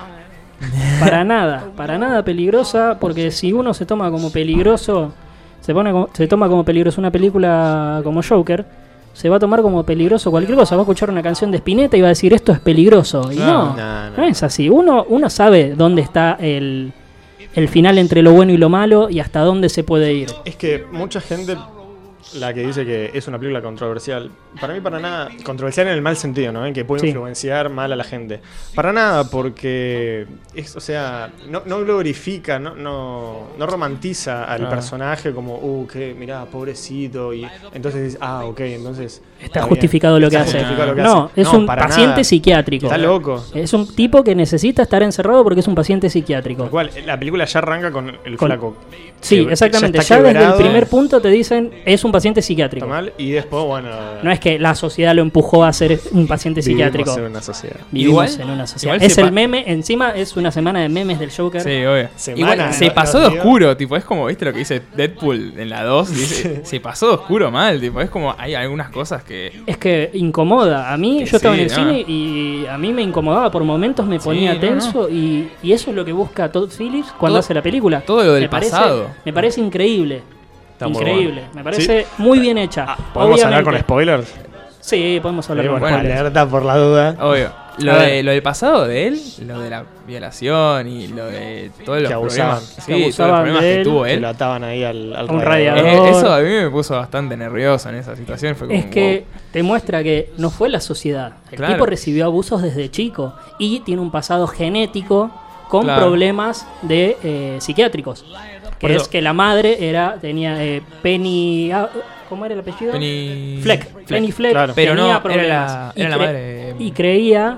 Para nada peligrosa, porque si uno se toma como peligroso, se toma como peligroso una película como Joker, se va a tomar como peligroso cualquier cosa. Va a escuchar una canción de Spinetta y va a decir esto es peligroso. Y no es así. Uno sabe dónde está el final entre lo bueno y lo malo y hasta dónde se puede ir. Es que mucha gente, la que dice que es una película controversial, para mí para nada, controversial en el mal sentido, ¿no? En que puede Sí. influenciar mal a la gente. Para nada, porque es, o sea, no glorifica, no romantiza al Claro. personaje como, que mirá, pobrecito, y entonces dices, ok, entonces Está bien, justificado lo que está hace. justificado lo que No, hace. es un para paciente nada. psiquiátrico. Está loco. Es un tipo que necesita estar encerrado porque es un paciente psiquiátrico. Tal cual, la película ya arranca con el Con- flaco. Sí, que exactamente. está Ya desde el quebrado, primer punto te dicen es un paciente psiquiátrico. está mal, y después, bueno, No es que la sociedad lo empujó a ser un paciente vivimos psiquiátrico. en una sociedad. Vivimos Igual- en una sociedad. igual Es se el pa- meme, encima es una semana de memes del Joker. Sí, obvio. Semana, Igual ¿no? se pasó de Nos dio. oscuro, tipo, es como, ¿viste lo que dice Deadpool en la 2? Dice, se pasó de oscuro mal, tipo, es como, hay algunas cosas que... Es que incomoda. A mí, Que yo estaba sí, en el no. cine y a mí me incomodaba por momentos, me ponía no, tenso y eso es lo que busca Todd Phillips cuando Todo- hace la película. todo lo del Me parece- pasado. Me parece increíble. Está muy Increíble. bueno. Me parece muy bien hecha. ¿Podemos hablar con Obviamente- spoilers? Sí, podemos hablar con Bueno, spoilers. alerta por la duda. Obvio. A ver. Lo del pasado de él, lo de la violación y lo de todos los Que abusaban. problemas, Que sí, todos los abusaban problemas de que él. tuvo Que él. lo ataban ahí al A un radiador. Eso a mí me puso bastante nervioso en esa situación. Fue como, Es que te muestra que no fue la sociedad. El Claro. tipo recibió abusos desde chico y tiene un pasado genético con Claro. problemas de psiquiátricos. Por Que eso- es que la madre tenía Penny... ¿Cómo era el apellido? Penny Penny Fleck. Claro. Pero tenía no, problemas. era la Y madre. Y creía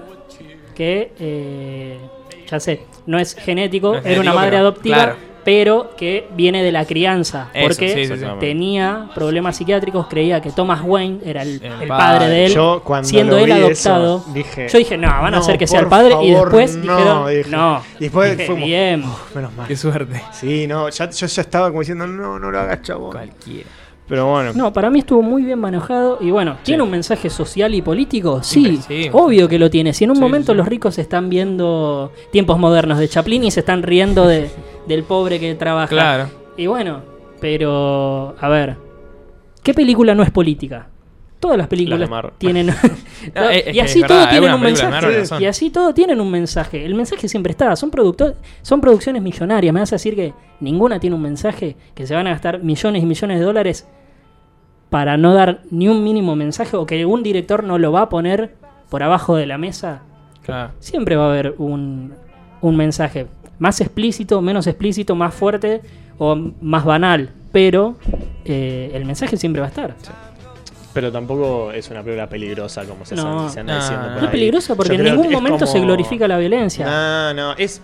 que... ya sé, no es genético, No es era una genético, madre pero- adoptiva, claro. pero que viene de la crianza. Eso, Porque sí, sí, sí. tenía problemas psiquiátricos, creía que Thomas Wayne era el El padre de él, Yo cuando siendo lo él vi adoptado. eso, dije, yo dije, no, van a no, hacer que sea el por padre, y favor, después no, dijeron, dije. no. Y después Dije, fue como, bien. menos mal. Qué suerte. Sí, no, yo ya estaba como diciendo, no lo hagas, chavo. Cualquiera. Pero bueno. No, para mí estuvo muy bien manejado y bueno, ¿tiene un mensaje social y político? Sí, Sí. obvio que lo tiene. Si en un Sí, momento sí. los ricos están viendo tiempos modernos de Chaplin y se están riendo del pobre que trabaja. Claro. Y bueno, pero a ver, ¿qué película no es política? Todas las películas Las de Marvel. tienen es y que así es todo verdad, tienen algunas un películas de mensaje. Marvel no son. Y así todo tienen un mensaje. El mensaje siempre está. Son producciones millonarias. Me vas a decir que ninguna tiene un mensaje, que se van a gastar millones y millones de dólares para no dar ni un mínimo mensaje o que un director no lo va a poner por abajo de la mesa. Claro. Siempre va a haber un mensaje más explícito, menos explícito, más fuerte o más banal, pero el mensaje siempre va a estar. Pero tampoco es una película peligrosa como se No. anda No, diciendo no. por No es ahí. peligrosa porque Yo en creo ningún que es momento se como- glorifica la violencia. No, es...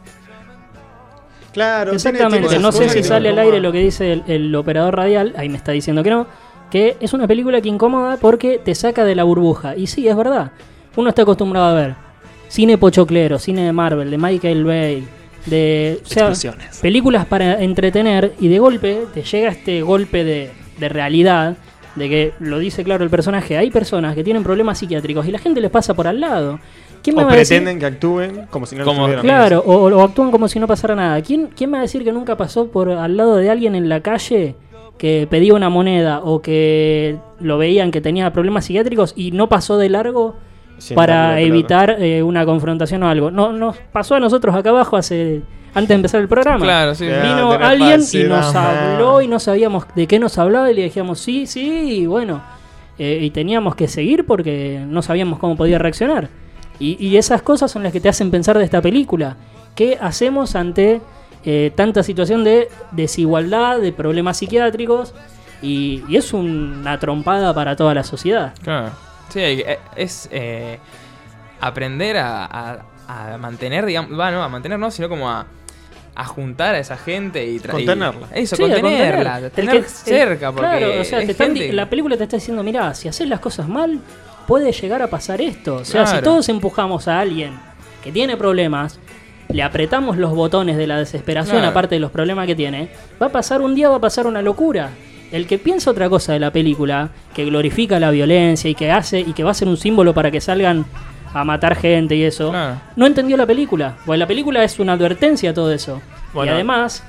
Claro, Exactamente, tiene no esas sé cosas si que sale al como- aire lo que dice el operador radial, ahí me está diciendo que no, que es una película que incomoda porque te saca de la burbuja. Y sí, es verdad, uno está acostumbrado a ver cine pochoclero, cine de Marvel, de Michael Bay, de o sea, Explosiones. películas para entretener y de golpe te llega este golpe de realidad, de que lo dice claro el personaje, hay personas que tienen problemas psiquiátricos y la gente les pasa por al lado. ¿Quién me O va a decir? pretenden que actúen como si no lo Como- estuvieran. Claro, o actúan como si no pasara nada. ¿Quién me va a decir que nunca pasó por al lado de alguien en la calle que pedía una moneda o que lo veían que tenía problemas psiquiátricos y no pasó de largo Sin para darle pelota. evitar una confrontación o algo? No, nos pasó a nosotros acá abajo antes de empezar el programa. Claro, sí. Ya. Vino tenés alguien y falsedad, nos man. habló y no sabíamos de qué nos hablaba y le dijimos sí, y bueno, y teníamos que seguir porque no sabíamos cómo podía reaccionar. Y esas cosas son las que te hacen pensar de esta película. ¿Qué hacemos ante tanta situación de desigualdad, de problemas psiquiátricos? Y es una trompada para toda la sociedad. Claro. Sí, es aprender a mantener, digamos, no, a mantener no, sino como a juntar a esa gente y Contenerla. Eso, Sí, a contenerla, contener. tener El que- cerca, porque claro, o sea, es te están gente- la película te está diciendo, mirá, si haces las cosas mal, puede llegar a pasar esto. O sea, si Claro. todos empujamos a alguien que tiene problemas, le apretamos los botones de la desesperación, Claro. aparte de los problemas que tiene, va a pasar un día, va a pasar una locura. El que piensa otra cosa de la película, que glorifica la violencia y que hace y que va a ser un símbolo para que salgan a matar gente y eso, Claro. no entendió la película. Porque la película es una advertencia a todo eso. Bueno. Y además,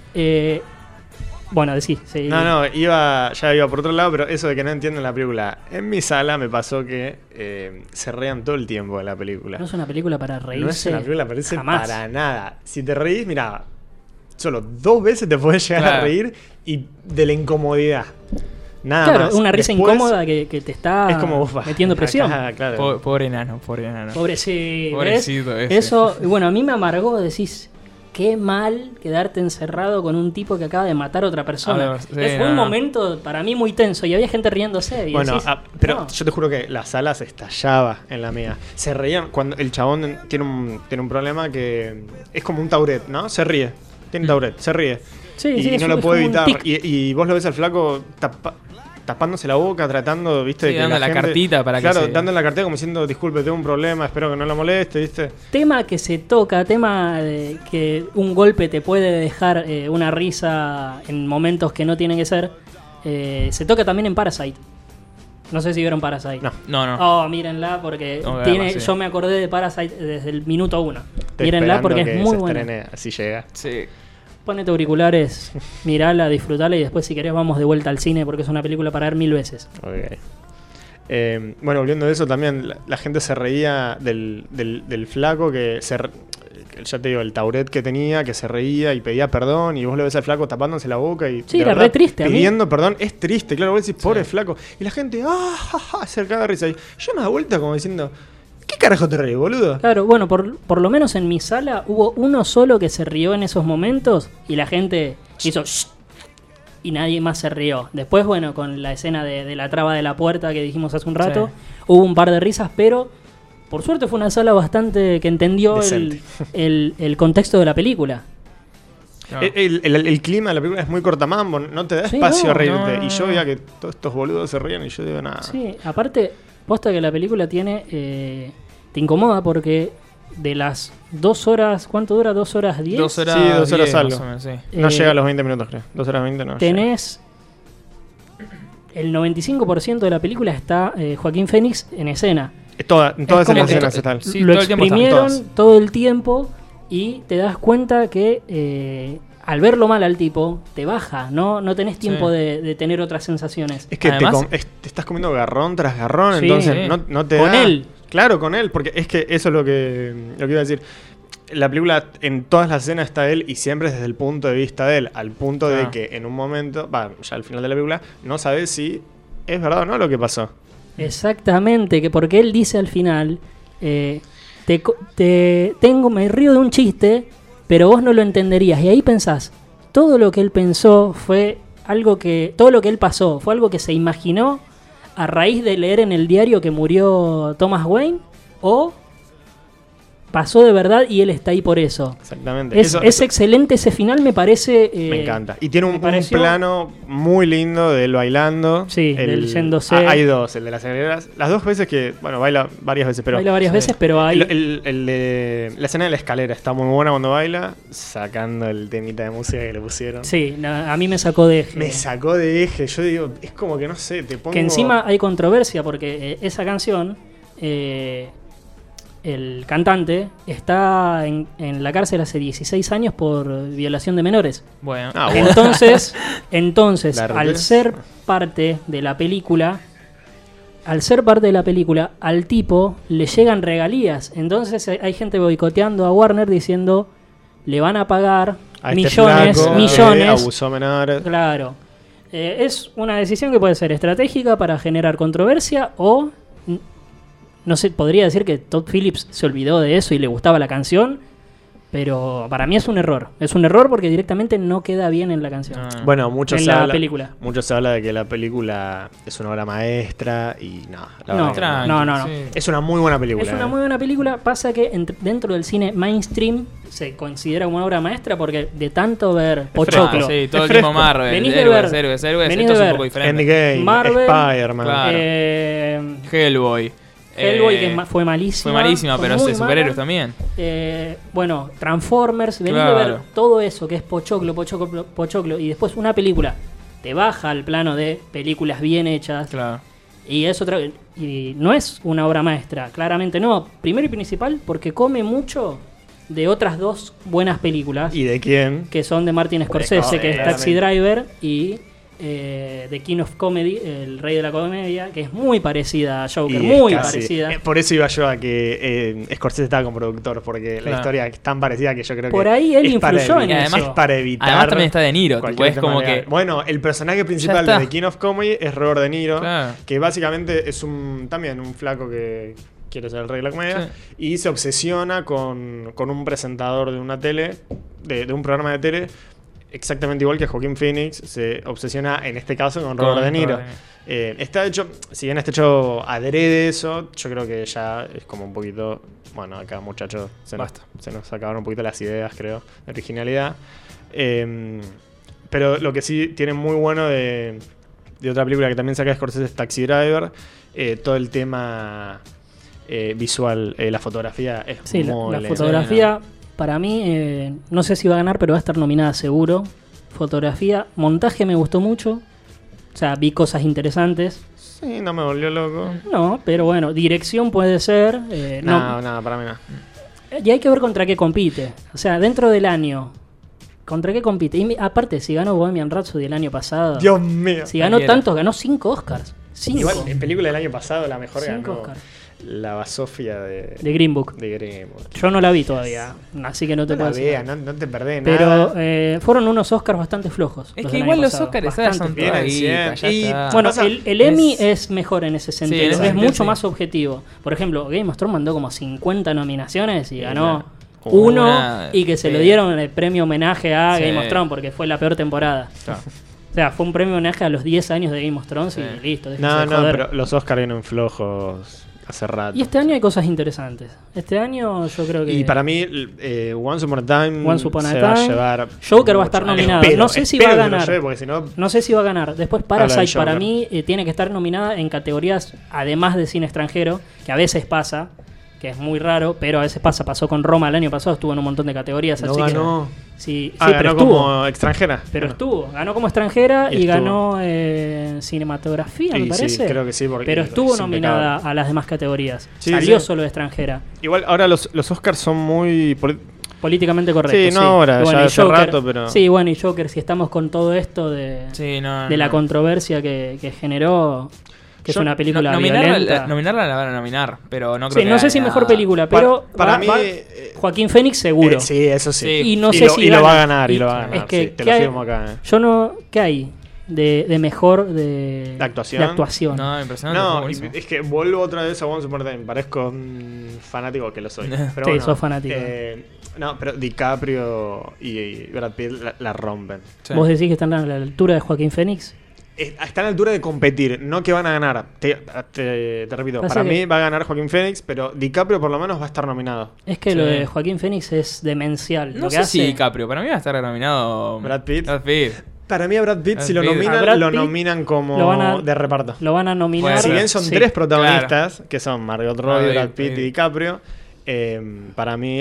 bueno, decís. Sí. No, ya iba por otro lado, pero eso de que no entienden la película. En mi sala me pasó que se reían todo el tiempo de la película. No es una película para reírse. No es una película para reírse jamás. para nada. Si te reís, mira, solo 2 veces te podés llegar a Claro. reír y de la incomodidad. Nada Claro, más. una risa Después, incómoda que te está Es como ufa, metiendo presión. acá, claro. Pobre enano, pobre enano. Pobre, sí, ¿ves? Pobrecito ese. Eso, y bueno, a mí me amargó, decís, qué mal quedarte encerrado con un tipo que acaba de matar a otra persona. A ver, sí, Fue un no. momento para mí muy tenso y había gente riéndose. Y Bueno, decís, pero no. yo te juro que la sala se estallaba en la mía. Se reían cuando el chabón tiene un problema que es como un Tourette, ¿no? Se ríe. Tiene Tourette, se ríe. Sí, y sí, no es lo un- puede es como un evitar. tic. Y vos lo ves al flaco tapándose la boca, tratando, viste, Sí, de que dando la gente- cartita para que claro, se- dando la cartita como diciendo, disculpe, tengo un problema, espero que no lo moleste, viste. Tema que se toca, tema de que un golpe te puede dejar una risa en momentos que no tienen que ser, se toca también en Parasite. No sé si vieron Parasite. No. No. Oh, mírenla porque Tengo que verla, sí. yo me acordé de Parasite desde el minuto 1. Estoy Mírenla esperando porque que es muy se buena. estrene, así llega. Sí. Ponete auriculares, mirala, disfrutala y después si querés vamos de vuelta al cine porque es una película para ver 1000 veces. Ok. Bueno, volviendo de eso también, la gente se reía del flaco que ya te digo, el Tourette que tenía, que se reía y pedía perdón, y vos lo ves al flaco tapándose la boca y Sí, de era verdad, re triste, a mí. pidiendo perdón. Es triste, claro, vos decís, pobre flaco. Y la gente, se caga de risa. Y yo me da vuelta como diciendo, ¿qué carajo te reís, boludo? Claro, bueno, por lo menos en mi sala hubo uno solo que se rió en esos momentos y la gente hizo "Shh", y nadie más se rió. Después, bueno, con la escena de la traba de la puerta que dijimos hace un rato, hubo un par de risas, pero por suerte fue una sala bastante que entendió Decente. el contexto de la película. No. El clima de la película es muy cortamambo, no te da Sí, espacio no, a reírte. no, Y yo no. veía que todos estos boludos se rían y yo digo, nada. Sí, aparte, posta que la película tiene. Te incomoda porque de las 2 horas. ¿Cuánto dura? ¿2 horas 10? 2 horas. Sí, 2 horas 10, algo. más o menos, sí. No Eh, llega a los 20 minutos, creo. 2 horas 20 no llega. Tenés el 95% de la película está Joaquín Phoenix en escena. En todas como esas que- escenas están. Sí, Lo todo el tiempo están exprimieron todas. todo el tiempo y te das cuenta que al verlo mal al tipo, te baja, no tenés tiempo Sí. de tener otras sensaciones. Es que Además- te estás comiendo garrón tras garrón, Sí. entonces Sí. no te Con da. él. Claro, con él, porque es que eso es lo que iba a decir. La película, en todas las escenas está él y siempre desde el punto de vista de él, al punto de Ah. que en un momento, ya al final de la película, no sabes si es verdad o no lo que pasó. Exactamente, que porque él dice al final, me río de un chiste, pero vos no lo entenderías. Y ahí pensás, todo lo que él pensó fue todo lo que él pasó, fue algo que se imaginó a raíz de leer en el diario que murió Thomas Wayne, o pasó de verdad y él está ahí por eso. Exactamente. Es excelente ese final, me parece. Me encanta. Y tiene me un pareció- plano muy lindo de él bailando. Sí, del yéndose. Hay dos, el de las escaleras. Las dos veces que, baila varias veces, pero Baila varias sí. veces, pero hay. el de la escena de la escalera está muy buena cuando baila, sacando el temita de música que le pusieron. Sí, a mí me sacó de eje. Me sacó de eje. Yo digo, es como que no sé, te pongo. Que encima hay controversia porque esa canción, el cantante está en la cárcel hace 16 años por violación de menores. Bueno. Ah, bueno. Entonces, La al rudez. ser parte de la película, al tipo le llegan regalías. Entonces hay gente boicoteando a Warner diciendo, le van a pagar A este millones, flaco que millones. abusó menores. Claro. Es una decisión que puede ser estratégica para generar controversia o, no sé, podría decir que Todd Phillips se olvidó de eso y le gustaba la canción, pero para mí es un error. Es un error porque directamente no queda bien en la canción. Ah. Bueno, mucho En se la habla, película. mucho se habla de que la película es una obra maestra y no, la No, verdad que Tranqui, no. sí. Es una muy buena película. Es una muy buena película. Pasa que dentro del cine mainstream se considera como una obra maestra porque de tanto ver Pochoclo, Ah, sí, todo Es el tiempo fresco. Marvel. Venís de héroes, ver- héroes. venís Esto de es un ver poco diferente. Endgame, Marvel, Spider-Man. Claro. Hellboy. Hellboy, que fue malísima. Fue malísima, fue pero es muy de superhéroes mala. también. Bueno, Transformers, venís de Claro. ver todo eso que es Pochoclo, y después una película te baja al plano de películas bien hechas, Claro. y es otra, y no es una obra maestra, claramente no. Primero y principal, porque come mucho de otras dos buenas películas, ¿Y de quién? que son de Martin Scorsese, que es claramente. Taxi Driver, y The King of Comedy, el rey de la comedia, que es muy parecida a Joker, Y es muy casi- parecida. por eso iba yo a que Scorsese estaba como productor, porque la Claro. historia es tan parecida que yo creo Por que. ahí él es para influyó en evitar- eso. Es para evitar. Además también está De Niro, tipo, cualquier es tema como legal. que... Bueno, el personaje principal está. de The King of Comedy es Robert De Niro, Claro. que básicamente es también un flaco que quiere ser el rey de la comedia y se obsesiona con un presentador de una tele, de un programa de tele, exactamente igual que Joaquín Phoenix se obsesiona en este caso con Robert De Niro. Está hecho, si bien está hecho adrede eso, yo creo que ya es como un poquito, bueno, acá muchachos se nos acabaron un poquito las ideas, creo, de originalidad. Pero lo que sí tiene muy bueno de otra película que también saca Scorsese es Taxi Driver, todo el tema visual, la fotografía es Sí, muy la linda. fotografía, para mí, no sé si va a ganar, pero va a estar nominada seguro. Fotografía, montaje me gustó mucho. O sea, vi cosas interesantes. Sí, no me volvió loco. No, pero bueno, dirección puede ser. No, nada, para mí no. Y hay que ver contra qué compite. O sea, dentro del año, ¿contra qué compite? Y aparte, si ganó Bohemian Rhapsody el año pasado, Dios mío. si ganó Cualquiera. tantos, ganó 5 Oscars. 5 Igual, en película del año pasado, la mejor 5 ganó Oscars. la Basofia de De Green Book. Green Book. Yo no la vi todavía, así que no te No la puedo decir veas, nada. no te perdés Pero nada. fueron unos Oscars bastante flojos. Es los que del igual año los pasado, Oscars bastante. son Vienen toda siempre. guita, ya Y- está. Bueno, Pasa- el Emmy es mejor en ese sentido. en ese es sentido, mucho sí. más objetivo. Por ejemplo, Game of Thrones mandó como 50 nominaciones y ganó claro. uno, Una, y que se lo sí. dieron el premio homenaje a Sí. Game of Thrones porque fue la peor temporada. Claro. O sea, fue un premio homenaje a los 10 años de Game of Thrones Sí. y listo. déjense No, de no, joder. pero los Oscars vienen flojos hace rato. Y este año hay cosas interesantes. Este año yo creo que... Y para mí, Once Upon a Time Once Upon a se va a Time. llevar. Joker va a mucho. estar nominado. Espero, No sé si espero va a que lo ganar. lleve, porque si no, No sé si va a ganar. Después Habla Parasite del para Joker. mí tiene que estar nominada en categorías, además de cine extranjero, que a veces pasa, que es muy raro, pero a veces pasa. Pasó con Roma el año pasado, estuvo en un montón de categorías. no así ganó. Sí, sí, Ganó pero estuvo. como extranjera. Pero estuvo. Ganó como extranjera Y y estuvo. ganó cinematografía, me Sí, parece. creo que sí, porque pero estuvo es nominada impecable. a las demás categorías. Sí, Salió sí. solo de extranjera. Igual ahora los Oscars son muy... Políticamente correcto. Sí, no ahora, Y ya y hace rato, pero- Sí, bueno, y Joker, si estamos con todo esto de la controversia que generó, que es Yo- una película nominarla, violenta. nominarla la van a nominar, pero no creo Sí, que no sé si haya mejor nada. película, pero Para mí, Joaquín Phoenix seguro. sí, eso sí. Sí. Y no Y sé lo, si y lo gana. va a ganar, y Y lo va a ganar. es que, sí, te ¿qué lo hay? firmo acá. Yo no, ¿qué hay de mejor de ¿De actuación? de actuación? No, impresionante. fue No, buenísimo. es que vuelvo otra vez a Once Upon a Time. Parezco un fanático que lo soy. Pero Sí, bueno, sos fanático. No, pero DiCaprio y Brad Pitt la rompen. Sí. ¿Vos decís que están a la altura de Joaquín Phoenix? Está a la altura de competir, no que van a ganar. Te repito, Pasa para que- mí va a ganar Joaquín Phoenix, pero DiCaprio por lo menos va a estar nominado. Es que Sí. lo de Joaquín Phoenix es demencial. No lo que sé hace, si DiCaprio, para mí va a estar nominado Brad Pitt. Brad Pitt. Para mí a Brad Pitt, Brad si lo Pitt. nominan, A Brad lo Pitt nominan como lo van a- de reparto. lo van a nominar. Bueno, Si bien son sí. tres protagonistas, que son Margot Robbie, Robbie, Brad Pitt y sí. DiCaprio, para mí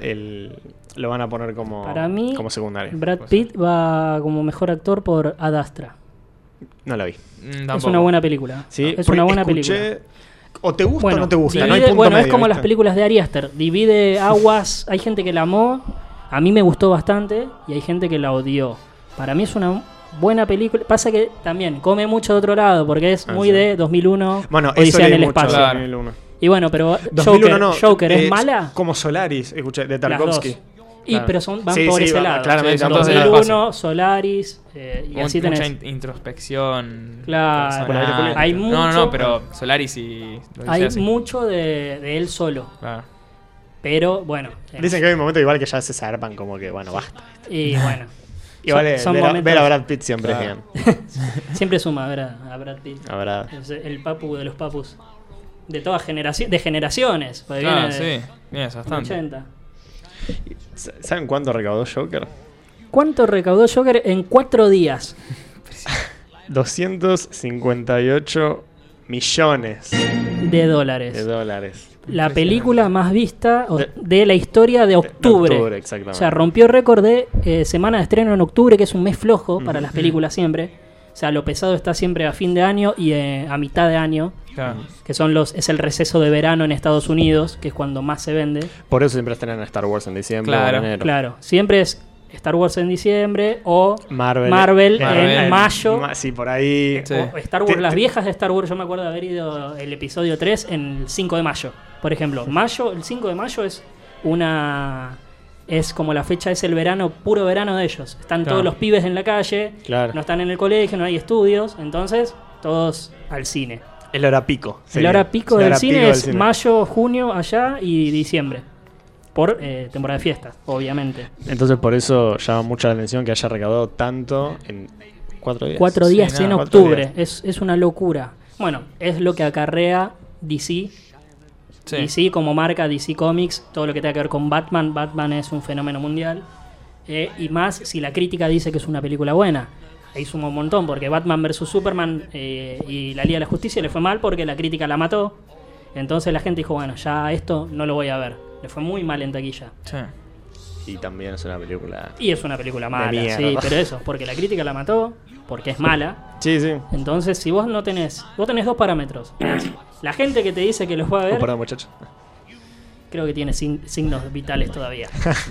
lo van a poner como, Para mí, como secundario. Brad Pitt va como mejor actor por Ad Astra. No la vi. Es Tampoco. una buena película. Sí, es porque una buena escuché- película. O te gusta Bueno, o no te gusta. divide- no hay punto bueno, es medio, como las ¿viste? películas de Ari Aster. Divide aguas. Hay gente que la amó. A mí me gustó bastante. Y hay gente que la odió. Para mí es una buena película. Pasa que también come mucho de otro lado. Porque es Ah, muy sí. de 2001. Bueno, eso Odisea en leí el mucho, espacio. Claro. 2001. Y bueno, pero 2001 no. Joker ¿es mala? Como Solaris, escuché, de Las Tarkovsky. dos. Y Claro. pero van Sí, por sí, ese va- lado. claramente, Sí, son todas en el 2001, Solaris. Y así Mucha tenés. introspección. Claro. Bueno, personal. hay No, mucho- no, pero Solaris y... lo Hay decía así. mucho de él solo. Claro. Pero bueno. Dicen que hay un momento igual que ya se zarpan como que, bueno, basta. Y bueno. Igual son ver, momentos- ver a Brad Pitt siempre Claro. es bien. Siempre suma ver a Brad Pitt. La verdad. Es el papu de los papus. De todas generaciones. De generaciones. Porque Claro, viene de sí. Viene bastante. 80. ¿Saben cuánto recaudó Joker? ¿Cuánto recaudó Joker en 4 días 258 millones de dólares? de dólares. La película más vista De- de la historia de octubre. octubre, exactamente. O sea, rompió récord de semana de estreno en octubre, que es un mes flojo para las películas siempre. O sea, lo pesado está siempre a fin de año y a mitad de año, Claro. que es el receso de verano en Estados Unidos, que es cuando más se vende. Por eso siempre estrenan Star Wars en diciembre Claro, o en enero. Claro, siempre es Star Wars en diciembre o Marvel en mayo. Sí, por ahí. Sí. O Star Wars, Te- las te- viejas de Star Wars, yo me acuerdo de haber ido el episodio 3 en el 5 de mayo, por ejemplo. El 5 de mayo es como la fecha, es el verano, puro verano de ellos. Están Claro. todos los pibes en la calle, Claro. no están en el colegio, no hay estudios, entonces todos al cine. El hora pico. El sería. hora pico El del hora cine pico es del cine. mayo, junio allá y diciembre. Por temporada de fiestas, obviamente. Entonces por eso llama mucho la atención que haya recaudado tanto en 4 días. 4 días Sí, en no, 4 octubre, días. es una locura. Bueno, es lo que acarrea DC. Sí. DC como marca, DC Comics, todo lo que tenga que ver con Batman. Batman es un fenómeno mundial. Y más si la crítica dice que es una película buena. Ahí suma un montón, porque Batman vs. Superman y la Liga de la Justicia le fue mal porque la crítica la mató. Entonces la gente dijo, bueno, ya esto no lo voy a ver. Le fue muy mal en taquilla. Sí. Y también es una película. Y es una película mala, mierda. sí, pero eso, porque la crítica la mató, porque es mala. Sí, sí. Entonces, si vos tenés 2 parámetros. La gente que te dice que los va a ver, Oh, perdón, muchacho. creo que tiene signos vitales todavía.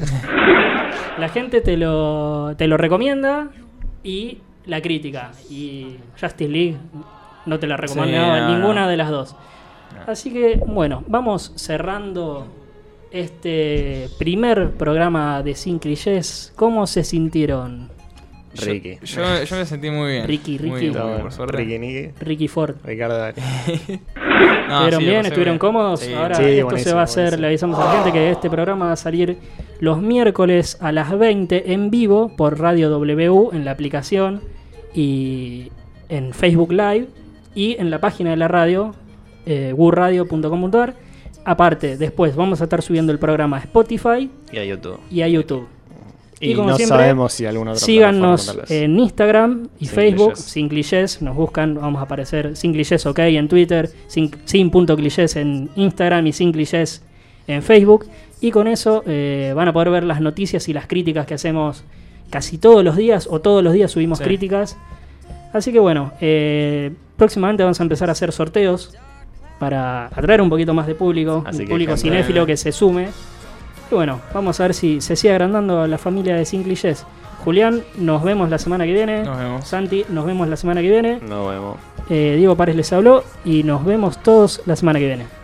La gente te lo recomienda y la crítica. Y Justice League no te la recomendaba Sí, no, ninguna no. de las dos. Así que, bueno, vamos cerrando este primer programa de Sin Clichés. ¿Cómo se sintieron, Ricky. Yo me sentí muy bien. Ricky. Muy bien, por suerte. Ricky Nicky. Ricky Ford? Ricardo Darín. No, ¿Estuvieron sí, bien? lo pasé ¿Estuvieron cómodos? Sí. Ahora Sí, esto se buenísimo, va a hacer, buenísimo. le avisamos a la gente que este programa va a salir los miércoles a las 20 en vivo por Radio W en la aplicación y en Facebook Live y en la página de la radio, wurradio.com.ar. Aparte, después vamos a estar subiendo el programa a Spotify Y a YouTube. y a YouTube. Y, como no siempre, sabemos si alguna otra Síganos plataforma, tal vez. en Instagram y Sin Facebook, clichés. Sin Clichés, nos buscan, vamos a aparecer Sin Clichés OK en Twitter, sin punto clichés en Instagram y Sin Clichés en Facebook. Y con eso van a poder ver las noticias y las críticas que hacemos casi todos los días, o todos los días subimos Sí. críticas. Así que bueno, próximamente vamos a empezar a hacer sorteos para atraer un poquito más de público, Así un que público gente, cinéfilo que se sume. Y bueno, vamos a ver si se sigue agrandando la familia de Sin Clichés. Julián, nos vemos la semana que viene. Nos vemos. Santi, nos vemos la semana que viene. Nos vemos. Diego Párez les habló y nos vemos todos la semana que viene.